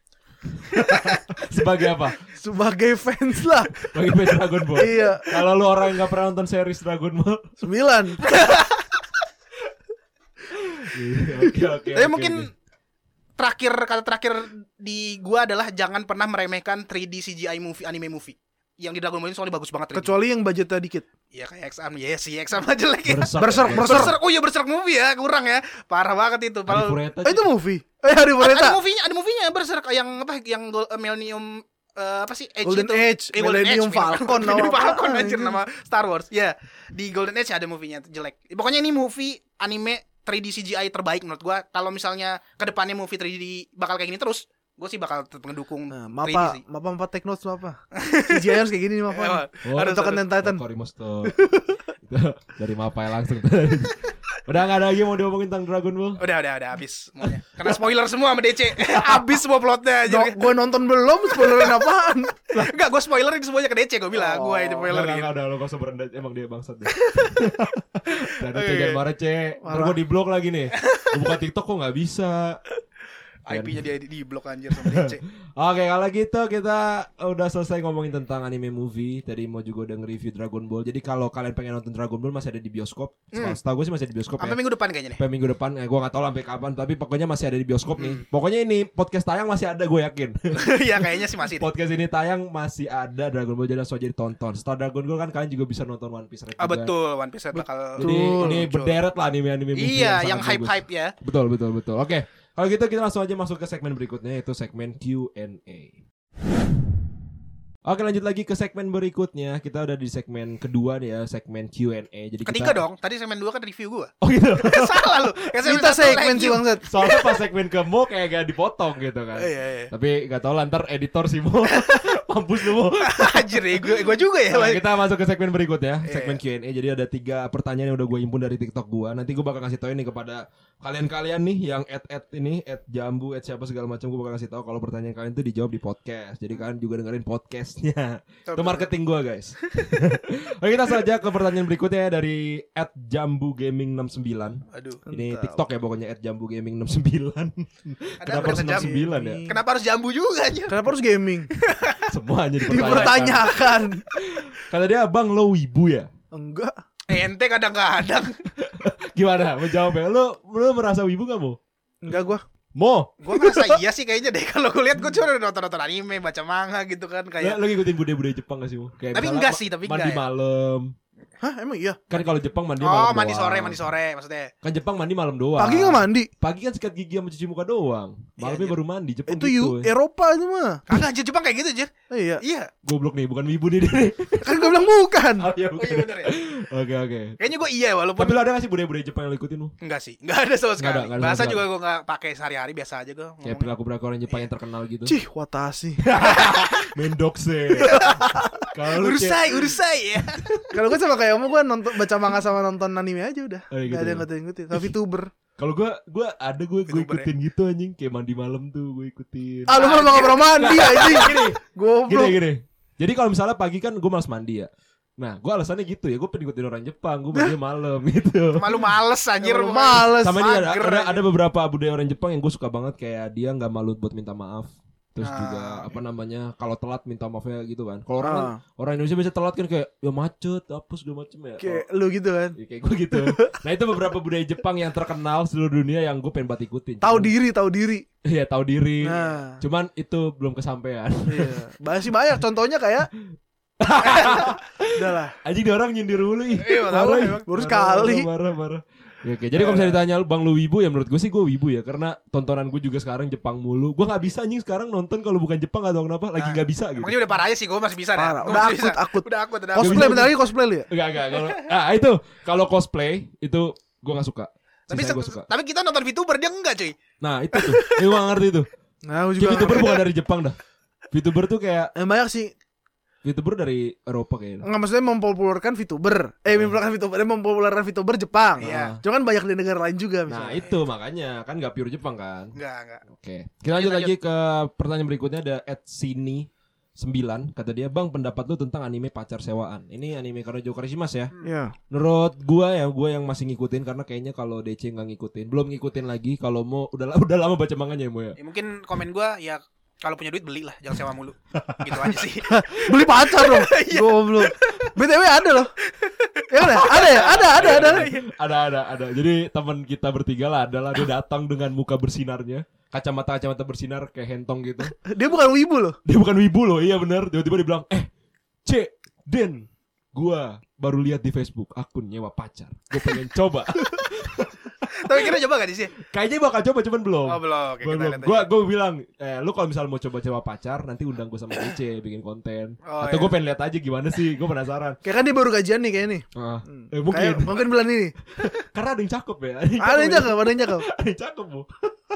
S1: Sebagai apa?
S4: Sebagai fans lah.
S1: Sebagai fans Dragon Ball.
S4: Iya.
S1: Kalau lu orang yang nggak pernah nonton series Dragon Ball.
S4: Sembilan.
S1: Oke oke.
S3: Tapi
S1: oke,
S3: mungkin
S1: oke.
S3: terakhir kata terakhir di gua adalah jangan pernah meremehkan tiga D C G I movie anime movie. Yang di Dragon Ball ini soalnya bagus banget tiga D.
S4: Kecuali yang budgetnya dikit.
S3: Ya kayak X M, ya sih X M aja jelek ya.
S1: Berserk,
S4: Berserk,
S1: ya,
S4: berserk.
S3: Berserk, oh iya Berserk movie ya, kurang ya. Parah banget itu.
S1: Adi
S3: Padahal
S1: Fureta,
S4: Eh, itu
S1: Cik.
S4: movie. Eh, hari
S3: ada,
S4: Fureta.
S3: ada movie-nya, ada movie-nya Berserk yang apa yang Gol- uh, Millennium uh, apa sih? Age
S4: Golden
S3: itu.
S4: Age,
S3: Eh, Golden
S4: Millennium
S3: Age,
S4: Falcon,
S3: Millennium
S4: nama
S3: Falcon
S4: apaan,
S3: anjir
S4: anjir.
S3: nama Star Wars. Ya, di Golden Age ada movie-nya jelek. Pokoknya ini movie anime tiga D C G I terbaik menurut gua. Kalau misalnya kedepannya movie tiga D bakal kayak gini terus, gue sih bakal tetap ngedukung
S4: Nah,
S3: tiga D
S4: mapa,
S3: sih.
S4: mapa, mapa take notes mapa. C G I harus kayak gini nih mapa.
S3: Emang.
S1: Oh,
S3: Harus,
S4: Attack on
S3: harus.
S4: Titan.
S1: Oh, Korimosto. Itu dari Mapai langsung. Udah gak ada lagi mau diomongin tentang Dragon Ball?
S3: Udah, udah, udah habis semuanya. Karena spoiler semua sama D C. Habis semua plotnya aja.
S4: No, gue nonton belum, spoilerin apaan?
S3: Enggak, gue spoilerin semuanya ke D C gue bilang.
S4: Oh,
S3: Gue itu
S1: Enggak,
S3: spoilerin.
S1: enggak, udah lo gak usah berendah. Emang dia bangsat deh. Dan itu
S3: Oke.
S1: jangan marah, Cek. Ntar gue di blok lagi nih. Gue buka TikTok kok gak bisa.
S3: I P-nya dia di, di blok anjir sama D C.
S1: Oke, kalau gitu kita udah selesai ngomongin tentang anime movie. Tadi mau juga udah nge-review Dragon Ball. Jadi kalau kalian pengen nonton Dragon Ball masih ada di bioskop.
S3: Hmm.
S1: Setahu gue sih masih ada di bioskop
S3: Sampai
S1: ya.
S3: minggu depan kayaknya nih.
S1: Sampai minggu depan, eh, gue gak tahu sampai kapan. Tapi pokoknya masih ada di bioskop nih. Pokoknya ini podcast tayang masih ada, gue yakin.
S3: Iya, kayaknya sih masih. Deh.
S1: Podcast ini tayang masih ada Dragon Ball, jadi langsung aja ditonton. Setelah Dragon Ball kan kalian juga bisa nonton One Piece Red
S3: Ah
S1: juga.
S3: betul, One Piece bakal
S1: Jadi ini
S3: muncul.
S1: berderet lah anime-anime movie
S3: Iya, yang
S1: sangat bagus.
S3: hype-hype ya.
S1: Betul, betul, betul. Oke, kalau gitu kita langsung aja masuk ke segmen berikutnya, yaitu segmen Q and A. Oke, lanjut lagi ke segmen berikutnya. Kita udah di segmen kedua nih ya, segmen Q and A. Jadi
S3: Ketiga
S1: kita...
S3: dong. Tadi segmen dua kan review gua.
S1: Oh gitu.
S3: Salah lu. Kayak
S4: Kita
S3: satu
S4: segmen
S3: lagi.
S4: sih bangsat.
S1: Soalnya pas segmen ke Mo kayak gak dipotong gitu kan.
S3: Iya, iya.
S1: Tapi gak tau lah ntar editor sih Mo. Mampus lu Mo.
S3: Anjir, ya, gua, gua juga ya.
S1: Nah, kita masuk ke segmen berikutnya,
S3: Iya.
S1: segmen Q and A. Jadi ada tiga pertanyaan yang udah gue himpun dari TikTok gue. Nanti gue bakal kasih tau ini kepada kalian-kalian nih yang at-at ini, at jambu, at siapa segala macam. Gue bakal kasih tahu kalau pertanyaan kalian itu dijawab di podcast. Jadi kalian juga dengerin podcastnya. Itu marketing gue guys. Oke, kita saja ke pertanyaan berikutnya dari at jambu gaming enam sembilan.
S3: Aduh.
S1: Ini TikTok ya pokoknya at jambu gaming enam sembilan. Kenapa harus enam sembilan ya?
S3: Kenapa harus jambu juga anjir?
S4: Kenapa harus gaming?
S1: Semuanya dipertanyakan.
S4: Dipertanyakan.
S1: Kata dia, "Bang, lo wibu ya?"
S4: Enggak.
S3: Ente kadang-kadang.
S1: Gimana menjawabnya? Lu lu merasa wibu gak, Mo?
S4: Enggak gua.
S1: Mo,
S3: Gua ngerasa iya sih kayaknya deh. Kalau gue lihat gue cuma udah nonton-nonton anime, baca manga gitu kan
S1: lu,
S3: kayak.
S1: lu ngikutin budaya-budaya Jepang gak sih, Mo? Kayak
S3: Tapi
S1: misalnya
S3: enggak
S1: ma-
S3: sih, tapi
S1: mandi
S3: enggak ya.
S1: malam.
S4: Hah, emang iya?
S1: Kan kalau Jepang mandi malam
S3: Oh, mandi
S1: doang.
S3: sore, mandi sore maksudnya.
S1: Kan Jepang mandi malam doang.
S4: Pagi enggak mandi.
S1: Pagi kan sikat gigi sama cuci muka doang. Malamnya
S3: Iya,
S1: baru mandi. Jepang
S4: Itu
S1: gitu.
S4: you Eropa itu mah.
S3: Kagak anjir Jepang kayak gitu anjir.
S4: Eh, iya.
S3: Iya.
S1: Goblok nih, bukan wibu nih dia.
S4: Kan gua bilang bukan.
S1: Oh iya,
S3: Oh
S1: bukan.
S3: iya bener ya.
S1: Oke, oke.
S3: Kayaknya gue iya walaupun
S1: Tapi lu ada gak sih budaya-budaya Jepang yang lu ikutin, Mo?
S3: enggak sih. Enggak ada sama sekali.
S1: ada, nggak ada
S3: Bahasa
S1: sama
S3: juga gue enggak pakai sehari-hari, biasa aja gue.
S1: Kayak
S3: ngomongnya.
S1: perilaku-perilaku orang Jepang yang terkenal gitu.
S4: Cih, watashi.
S1: Mendokse. Kalau lu Cek-
S3: Urusai, urusai ya.
S4: Kalau gua sama kayak kamu gua nonton baca manga sama nonton anime aja udah.
S1: Oh, gitu
S4: Enggak ada
S1: ya?
S4: yang ngikutin. Tapi VTuber.
S1: Kalau gua gua ada gue gue
S3: Youtuber
S1: ikutin gitu anjing, kayak mandi malam tuh gue ikutin.
S4: Ah, lu mah enggak pernah mandi anjing.
S1: Gini,
S4: Goblok.
S1: gini gini. Jadi kalau misalnya pagi kan gue malas mandi ya. Nah, gue alasannya gitu ya, gue pengen ikutin orang Jepang, gue mandi malam gitu.
S3: Malu males anjir.
S4: Lu males.
S1: Sama dia ada,
S3: mager
S1: ada,
S3: aja.
S1: ada beberapa budaya orang Jepang yang gue suka banget, kayak dia nggak malu buat minta maaf. Terus
S3: Ah,
S1: juga apa namanya, kalau telat minta maafnya gitu kan. Kalau orang
S4: Ah.
S1: kan, orang Indonesia biasa telat kan kayak ya macet, apa segala macem ya.
S4: Kayak lu gitu kan.
S1: Oh, ya kayak gue gitu. Nah itu beberapa budaya Jepang yang terkenal seluruh dunia yang gue pengen banget ikutin.
S4: Tahu
S1: Cuman-
S4: diri, tahu diri.
S1: Iya tahu diri.
S4: Nah.
S1: Cuman itu belum kesampaian.
S4: Iya. Masih banyak contohnya kayak udah lah.
S1: Anjing dia orang nyindir dulu ih.
S3: Iya, tahu
S1: Marah,
S3: lah,
S1: ih.
S3: emang.
S4: Baru
S1: Marah,
S4: sekali.
S1: Marah, marah, marah. Ya, oke, jadi kalau misalnya ditanya lu Bang lu wibu ya menurut gue sih gue wibu ya, karena tontonan gue juga sekarang Jepang mulu. Gue nggak bisa anjing sekarang nonton kalau bukan Jepang, gak tau kenapa lagi
S3: Nah,
S1: nggak bisa gitu.
S3: Makanya udah parah aja sih, gue masih bisa dah.
S4: Parah.
S3: Gua
S4: Udah
S3: masih bisa.
S4: akut, akut.
S3: Udah akut, udah akut.
S4: Cosplay bentar lagi cosplay lu ya?
S1: Enggak enggak kalau ah itu kalau cosplay itu gue nggak suka.
S3: Tapi
S1: Sisanya
S3: se-
S1: gue suka.
S3: tapi kita nonton VTuber dia enggak cuy.
S1: Nah itu tuh, gue gak ngerti tuh.
S4: Nah, aku
S1: Kayak
S4: juga.
S1: VTuber bukan dari Jepang dah. VTuber tuh kayak
S4: Yang banyak sih.
S1: VTuber dari Eropa kayaknya.
S4: Enggak, maksudnya mempopulerkan VTuber. Eh, mempopulerkan VTuber, eh, mempopulerkan VTuber Jepang.
S3: Iya.
S4: Cuman banyak di negara lain juga
S1: Nah
S4: misalnya.
S1: itu makanya kan nggak pure Jepang kan.
S3: Enggak, enggak.
S1: Oke, kita lanjut
S3: Lanjut,
S1: lagi ke pertanyaan berikutnya, ada at sini sembilan, kata dia, "Bang, pendapat lu tentang anime pacar sewaan." Ini anime karena Joe Karishimas ya.
S4: Iya.
S1: Menurut gua ya, gua yang masih ngikutin karena kayaknya kalau D C nggak ngikutin, belum ngikutin lagi. Kalau mau udah udah lama baca manganya ya, Mo ya.
S3: Ya, mungkin komen gue ya Kalau punya duit belilah, jangan sewa mulu. Gitu aja sih.
S4: Beli pacar dong. Goblok. B T W ada loh. Ya ada, ada ya, ada, ada, ada.
S1: Ada ada ada. Jadi teman kita bertiga lah adalah dia datang dengan muka bersinarnya, kacamata-kacamata bersinar kayak hentong gitu.
S4: Dia bukan wibu loh.
S1: Dia bukan wibu loh, iya benar. Tiba-tiba dia bilang, "Eh, C, Den, gua baru lihat di Facebook akun nyewa pacar. Gue pengen coba."
S3: Tapi kira coba gak di sini?
S1: Kayaknya bakal coba cuman belum.
S3: Oh, belum. Oke,
S1: Gua,
S3: kita
S1: belum.
S3: lihat
S1: gua,
S3: aja.
S1: gua bilang, eh, lu kalau misalnya mau coba sewa pacar, nanti undang gue sama D C bikin konten.
S3: Oh,
S1: Atau
S3: iya.
S1: gue pengen lihat aja gimana sih, gue penasaran.
S4: Kayak kan dia baru gajian nih kayaknya nih.
S1: Ah,
S4: Hmm.
S1: eh, mungkin
S4: Kayak, mungkin bulan ini.
S1: karena ada yang cakep ya.
S4: Ada yang cakep, ada yang cakep.
S1: Ada yang cakep bu.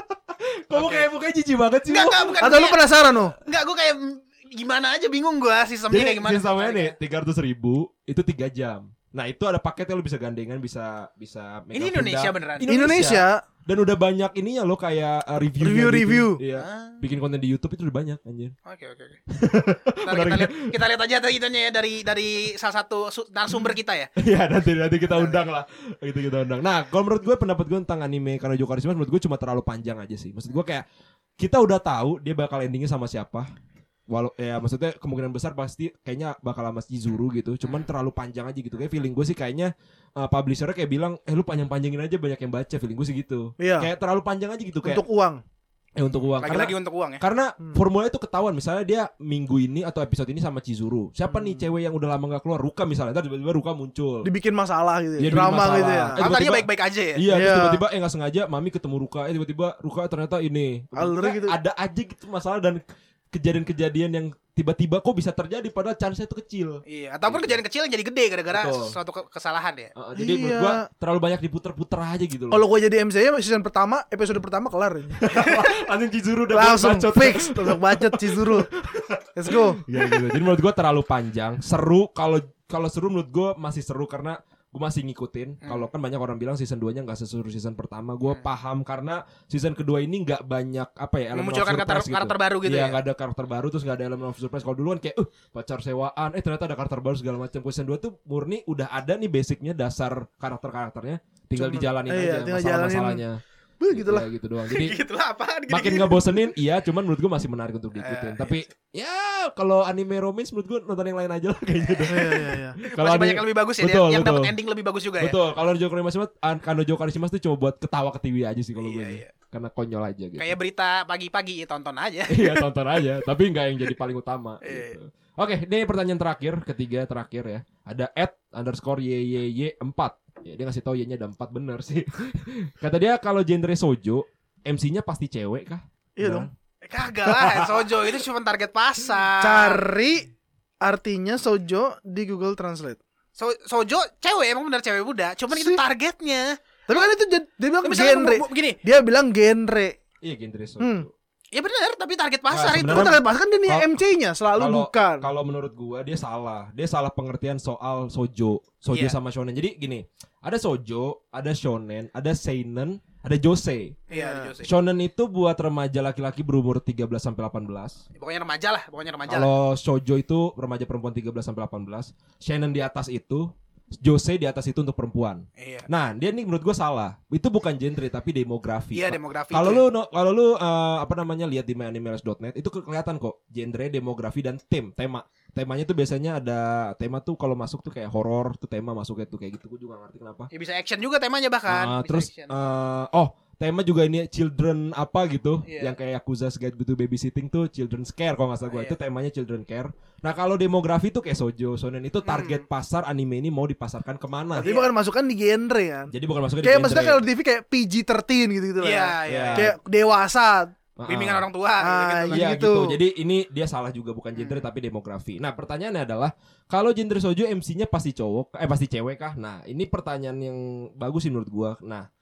S1: Kamu
S3: Oke.
S1: kayak mukanya jijik banget sih.
S3: Enggak,
S1: Bu.
S3: enggak, bukan.
S4: Atau lu
S3: kayak-
S4: penasaran loh?
S3: Enggak, gue kayak mm, gimana aja bingung gue sistemnya
S1: Jadi
S3: kayak gimana.
S1: sistemnya nih tiga ratus ribu itu tiga jam. Nah itu ada paketnya lu bisa gandengan, bisa bisa
S3: Ini
S1: megang
S3: Indonesia
S1: pundak.
S3: beneran.
S4: Indonesia.
S1: Dan udah banyak ininya lo kayak uh, review
S4: Review-review.
S1: Iya.
S3: Ah.
S1: Bikin konten di YouTube itu udah banyak anjir.
S3: Oke oke oke. Ntar kita lihat kita lihat aja tadi itunya ya dari dari salah satu su- narasumber kita ya.
S1: Iya nanti nanti kita undang lah. Gitu kita undang. Nah, kalau menurut gue pendapat gue tentang anime Kanojo Karishimasu menurut gue cuma terlalu panjang aja sih. Maksud gue kayak kita udah tahu dia bakal endingnya sama siapa. Walau ya maksudnya kemungkinan besar pasti kayaknya bakal sama Chizuru gitu. Cuman terlalu panjang aja gitu. Kayak feeling gue sih kayaknya uh, publishernya kayak bilang, "Eh lu panjang-panjangin aja banyak yang baca." Feeling gue sih gitu.
S4: Iya.
S1: Kayak terlalu panjang aja gitu kayak
S4: Untuk uang.
S1: eh untuk uang.
S3: Lagi-lagi
S1: Karena
S3: untuk uang ya.
S1: karena
S4: Hmm.
S1: formula itu ketahuan. Misalnya dia minggu ini atau episode ini sama Chizuru. Siapa nih
S4: Hmm.
S1: cewek yang udah lama gak keluar? Ruka misalnya. Ntar tiba-tiba Ruka muncul.
S4: Dibikin masalah gitu
S1: Iya,
S4: ya.
S1: dibikin
S4: Drama
S1: masalah.
S4: gitu ya.
S1: Eh,
S3: Kan tadinya
S1: tiba-tiba-
S3: baik-baik aja ya.
S1: Iya, terus
S4: Iya.
S1: tiba-tiba eh nggak sengaja Mami ketemu Ruka, eh tiba-tiba Ruka ternyata ini.
S4: Alur
S1: Kayak
S4: gitu.
S1: Ada aja gitu masalah dan kejadian-kejadian yang tiba-tiba kok bisa terjadi padahal chance-nya itu kecil.
S3: Iya, ataupun kejadian kecil yang jadi gede gara-gara
S1: Betul.
S3: suatu ke- kesalahan ya.
S1: Uh, jadi menurut
S4: Iya.
S1: gua terlalu banyak diputer-puter aja gitu loh.
S4: Kalau gue jadi M C ya season pertama, episode pertama kelar.
S1: Langsung Chizuru udah
S4: Langsung
S1: bacot.
S4: fix untuk bacot Chizuru. Let's go.
S1: Ya, gitu. Jadi menurut gua terlalu panjang, seru kalau kalau seru menurut gua masih seru karena gue masih ngikutin.
S3: Hmm.
S1: Kalau kan banyak orang bilang season dua-nya nggak seseru season pertama. Gue
S3: Hmm.
S1: paham karena season kedua ini nggak banyak apa ya elemen of
S3: Memunculkan karakter,
S1: surprise gitu.
S3: karakter baru gitu
S1: Iya
S3: ya.
S1: nggak ada karakter baru terus nggak ada elemen of surprise. Kalau duluan kayak uh pacar sewaan, eh ternyata ada karakter baru segala macam. Season dua tuh murni udah ada nih basicnya dasar karakter-karakternya, tinggal
S4: Cuman-
S1: dijalanin
S4: iya,
S1: aja
S4: tinggal jalanin.
S1: masalah-masalahnya.
S4: Beuh, gitulah.
S1: Ya, gitu doang. Jadi
S3: Gitu lah apaan gitu.
S1: makin ngebosenin iya, cuman menurut gue masih menarik untuk diikutin.
S3: Eh,
S1: Tapi ya kalau anime romance menurut gue nonton yang lain aja lah kayak gitu.
S4: Iya iya iya.
S1: Kalau
S3: Masih
S1: anime-
S3: banyak yang lebih bagus ya,
S1: Betul,
S3: yang
S1: betul.
S3: dapat ending lebih bagus juga ya.
S1: Betul, kalau Kanojo Karishimasu, Kanojo Karishimasu tuh cuma buat ketawa ke T V aja sih kalau
S3: Iya,
S1: gue.
S3: iya.
S1: Karena konyol aja gitu.
S3: Kayak berita pagi-pagi ya tonton aja.
S1: Iya tonton aja, tapi nggak yang jadi paling utama.
S3: Iya.
S1: Gitu. Oke, ini pertanyaan terakhir, ketiga terakhir ya. Ada at underscore y y y empat. Ya, dia ngasih tahu y-nya ada empat bener sih. Kata dia kalau genre sojo, M C-nya pasti cewek kah?
S4: Iya
S1: Beneran?
S4: dong.
S3: Eh, Kagak lah, Sojo itu cuma target pasar.
S4: Cari artinya sojo di Google Translate.
S3: So, Sojo cewek emang benar cewek muda, cuman itu
S4: Sih.
S3: targetnya.
S4: Tapi kan itu jad- dia bilang
S3: Misalnya
S4: genre.
S3: bu- bu- begini,
S4: Dia bilang genre.
S1: Iya genre sojo.
S4: Hmm.
S3: ya benar, tapi target pasar
S1: Nah,
S3: itu.
S1: sebenarnya-
S4: Kok target pasar kan dia nih
S1: Kalau-
S4: M C-nya selalu
S1: Kalau
S4: bukan.
S1: kalau menurut gua dia salah. Dia salah pengertian soal sojo. Sojo
S3: Iya.
S1: sama shonen. Jadi gini, ada sojo, ada shonen, ada seinen, ada josei.
S3: Iya, Jose.
S1: Shonen itu buat remaja laki-laki berumur tiga belas sampai delapan belas.
S3: Pokoknya remaja lah, pokoknya remaja lah.
S1: Kalau shoujo itu remaja perempuan tiga belas sampai delapan belas. Seinen di atas itu, josei di atas itu untuk perempuan.
S3: Iya.
S1: Nah, dia nih menurut gua salah. Itu bukan genre tapi demografi.
S3: Iya, demografi.
S1: Kalau
S3: itu
S1: lu no- kalau lu uh, apa namanya lihat di myanimeles dot net itu ke- kelihatan kok genre, demografi dan tim, tema. Temanya tuh biasanya ada tema tuh kalau masuk tuh kayak horor tuh tema masuknya tuh kayak gitu. Gue juga gak ngerti kenapa.
S3: ya. Ya bisa action juga temanya bahkan.
S1: Ah,
S3: Bisa
S1: terus
S3: action.
S1: uh, oh tema juga ini children apa gitu
S3: Iya.
S1: yang kayak Yakuza's Guide to Babysitting tuh children's care kalau nggak salah gue
S3: Iya.
S1: itu temanya children care. Nah kalau demografi tuh kayak sojo, shonen itu target
S3: Hmm.
S1: pasar anime ini mau dipasarkan kemana?
S4: Tapi bukan masukkan di genre kan.
S1: Jadi bukan masuknya
S4: Kayak
S1: di
S4: maksudnya
S1: genre.
S4: kalau di T V kayak P G thirteen gitu-gitu lah.
S3: Iya,
S4: ya.
S3: iya.
S1: Iya.
S4: Kayak dewasa.
S1: Ah,
S3: Bimbingan
S1: ah.
S3: orang tua
S4: Ah,
S3: gitu.
S1: Iya
S4: gitu.
S1: gitu. Jadi ini dia salah juga bukan genre
S3: Hmm.
S1: tapi demografi. Nah pertanyaannya adalah kalau genre sojo M C-nya pasti cowok, eh pasti cewek kah? Nah ini pertanyaan yang bagus sih menurut gua. Nah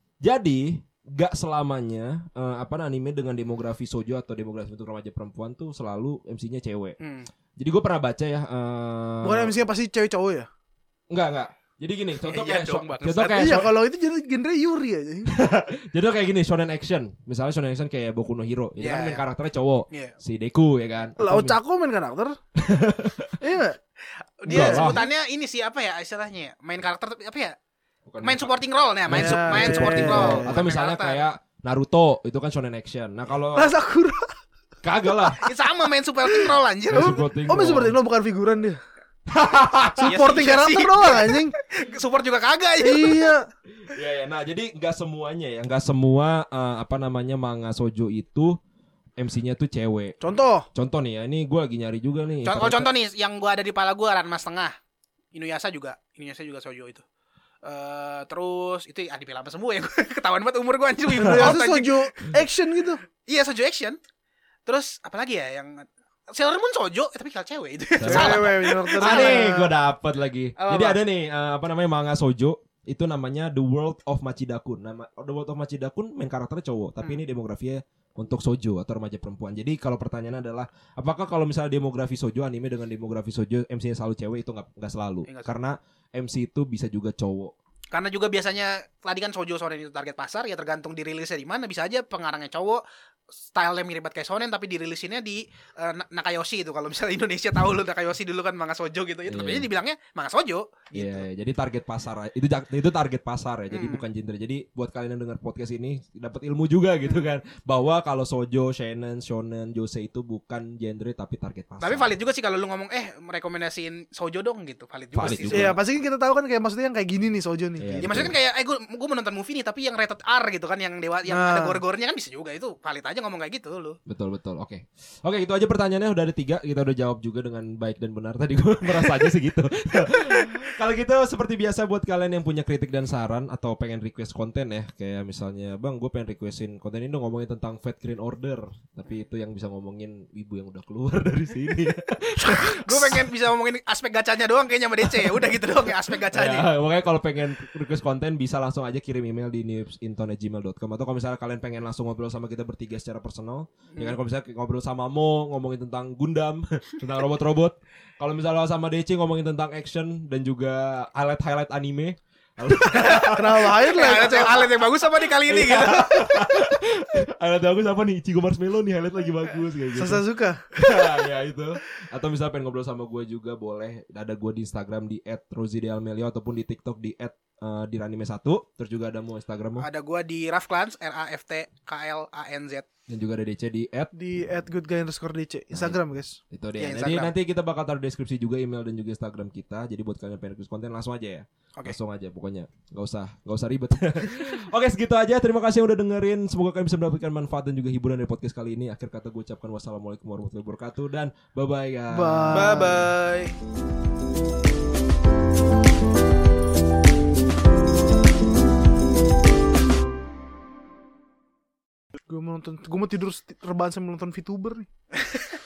S1: jadi gak selamanya eh, apa anime dengan demografi sojo atau demografi untuk remaja perempuan tuh selalu M C-nya cewek.
S3: Hmm.
S1: Jadi gue pernah baca ya. eh,
S4: Bukan M C-nya pasti cewek cowok ya?
S1: Enggak enggak. Jadi gini, contoh
S3: Iya
S1: kayak
S3: dong,
S1: so-
S3: bangsat.
S1: contoh kayak
S4: Iya,
S1: so-
S4: kalau itu genre, genre Yuri aja.
S1: jadi kayak gini shonen action. Misalnya shonen action kayak Boku no Hero. Itu
S3: Iya,
S1: kan main
S3: iya.
S1: karakternya cowok.
S3: Iya.
S1: Si Deku ya kan.
S4: Lah
S1: Atau-
S4: Ochako main karakter. Iya nggak?
S3: Dia
S1: Enggak lah.
S3: sebutannya ini sih apa ya istilahnya? Main karakter apa ya?
S1: bukan
S3: Main supporting role nih, main
S4: Iya,
S3: su- main
S4: iya,
S3: supporting
S4: iya.
S3: role.
S1: Atau
S3: Main
S1: misalnya
S3: karakter.
S1: kayak Naruto itu kan shonen action. Nah kalau
S4: Lah Sakura.
S1: Kagak lah.
S3: Ya sama main supporting role anjir.
S1: Main supporting
S4: Oh, main
S1: role.
S4: supporting lo bukan figuran dia.
S3: Iya
S4: Supporting
S3: sih, iya
S4: karakter
S3: sih.
S4: doang anjing.
S3: Support juga kagak ya.
S4: Iya.
S1: Ya, ya, nah jadi nggak semuanya ya, nggak semua uh, apa namanya manga shoujo itu M C-nya tuh cewek.
S4: Contoh.
S1: Contoh nih ya, ini gue lagi nyari juga nih.
S3: Contoh, contoh nih yang gua ada di pala gua Ranma setengah. Inuyasha juga, Inuyasha juga shoujo itu. Eh terus itu anime lama semua ya. Ketahuan banget umur gua anjir.
S4: Biasa soju action gitu.
S3: Iya shoujo action. Terus apalagi ya yang Sailor Moon shoujo eh, tapi kalau cewek itu.
S1: Cewek.
S3: Salah.
S4: Cewek karakter.
S1: Ah nih, gue dapet lagi.
S3: Apa,
S1: Jadi
S3: apa?
S1: ada nih uh, apa namanya manga shoujo itu namanya The World of Machida-kun. Nama The World of Machida-kun main karakternya cowok, tapi
S3: Hmm.
S1: ini demografinya untuk shoujo atau remaja perempuan. Jadi kalau pertanyaannya adalah apakah kalau misalnya demografi shoujo anime dengan demografi shoujo M C-nya selalu cewek itu nggak nggak selalu.
S3: Iya, nggak
S1: Karena M C itu bisa juga cowok.
S3: Karena juga biasanya tadi kan shoujo shonen itu target pasar ya tergantung dirilisnya di mana. Bisa aja pengarangnya cowok, stylenya mirip banget kayak shonen tapi dirilisinnya di uh, Nakayoshi itu. Kalau misalnya Indonesia tahu lu Nakayoshi dulu kan manga shoujo gitu ya, tetap
S1: Iya.
S3: aja dibilangnya manga shoujo gitu.
S1: Iya, jadi target pasar itu itu target pasar ya. Jadi
S3: Hmm.
S1: bukan genre. Jadi buat kalian yang dengar podcast ini dapat ilmu juga gitu kan bahwa kalau shoujo, seinen, shonen, josei itu bukan genre tapi target pasar.
S3: Tapi valid juga sih kalau lu ngomong eh merekomendasiin shoujo dong gitu. Valid juga
S1: Valid
S3: sih.
S1: juga.
S4: Iya, pasti kan kita tahu kan kayak maksudnya yang kayak gini nih sojo nih.
S1: Iya.
S3: Ya maksudnya kan kayak eh gue gue menonton movie nih tapi yang rated R gitu kan yang dewa yang
S4: Nah.
S3: ada gore-gorenya kan bisa juga itu valid aja ngomong kayak gitu lu.
S1: Betul betul. Oke. Oke, itu aja pertanyaannya udah ada tiga. Kita udah jawab juga dengan baik dan benar. Tadi gue merasa aja segitu. Kalau gitu seperti biasa buat kalian yang punya kritik dan saran atau pengen request konten ya, kayak misalnya, "Bang, gue pengen requestin konten ini dong ngomongin tentang Fate Green Order." Tapi itu yang bisa ngomongin ibu yang udah keluar dari sini.
S3: Gue pengen bisa ngomongin aspek gacanya doang kayaknya sama D C ya. Udah gitu doang ya aspek gacanya.
S1: Ya, makanya kalau pengen request konten bisa langsung aja kirim email di newsinton at gmail dot com atau kalau misalnya kalian pengen langsung ngobrol sama kita bertiga secara personal, ya kan kalau misalnya ngobrol sama Mo ngomongin tentang Gundam, tentang robot-robot. Kalau misalnya sama D C ngomongin tentang action dan juga highlight-highlight anime.
S4: Kenapa air
S3: Ya,
S4: lah?
S3: alat yang, alat yang bagus apa nih kali ini gitu.
S1: Highlight bagus apa nih? Ichigo Marshmallow nih highlight lagi bagus kayak gitu.
S4: Sasuka.
S1: Ya itu. Atau misalnya pengen ngobrol sama gue juga boleh. Ada gue di Instagram di et rozidealmelio ataupun di TikTok di et diranime satu. Terus juga ada Mo Instagrammu
S3: Ada gua di Raf Clans R A F T K L A N Z.
S1: dan juga ada D C di et.
S4: Di at goodguy underscore dc Instagram guys.
S1: Itu
S3: Iya,
S1: dia. Jadi
S3: Instagram.
S1: nanti kita bakal taruh deskripsi juga email dan juga Instagram kita. Jadi buat kalian yang pengen request konten langsung aja ya.
S3: Oke.
S1: Langsung aja pokoknya. Gak usah, gak usah ribet. Oke, segitu aja. Terima kasih yang udah dengerin. Semoga kalian bisa mendapatkan manfaat dan juga hiburan dari podcast kali ini. Akhir kata gue ucapkan wassalamualaikum warahmatullahi wabarakatuh dan bye bye guys.
S4: Bye.
S3: Bye bye.
S4: Gue mau nonton, gue mau tidur rebahan sambil nonton VTuber nih.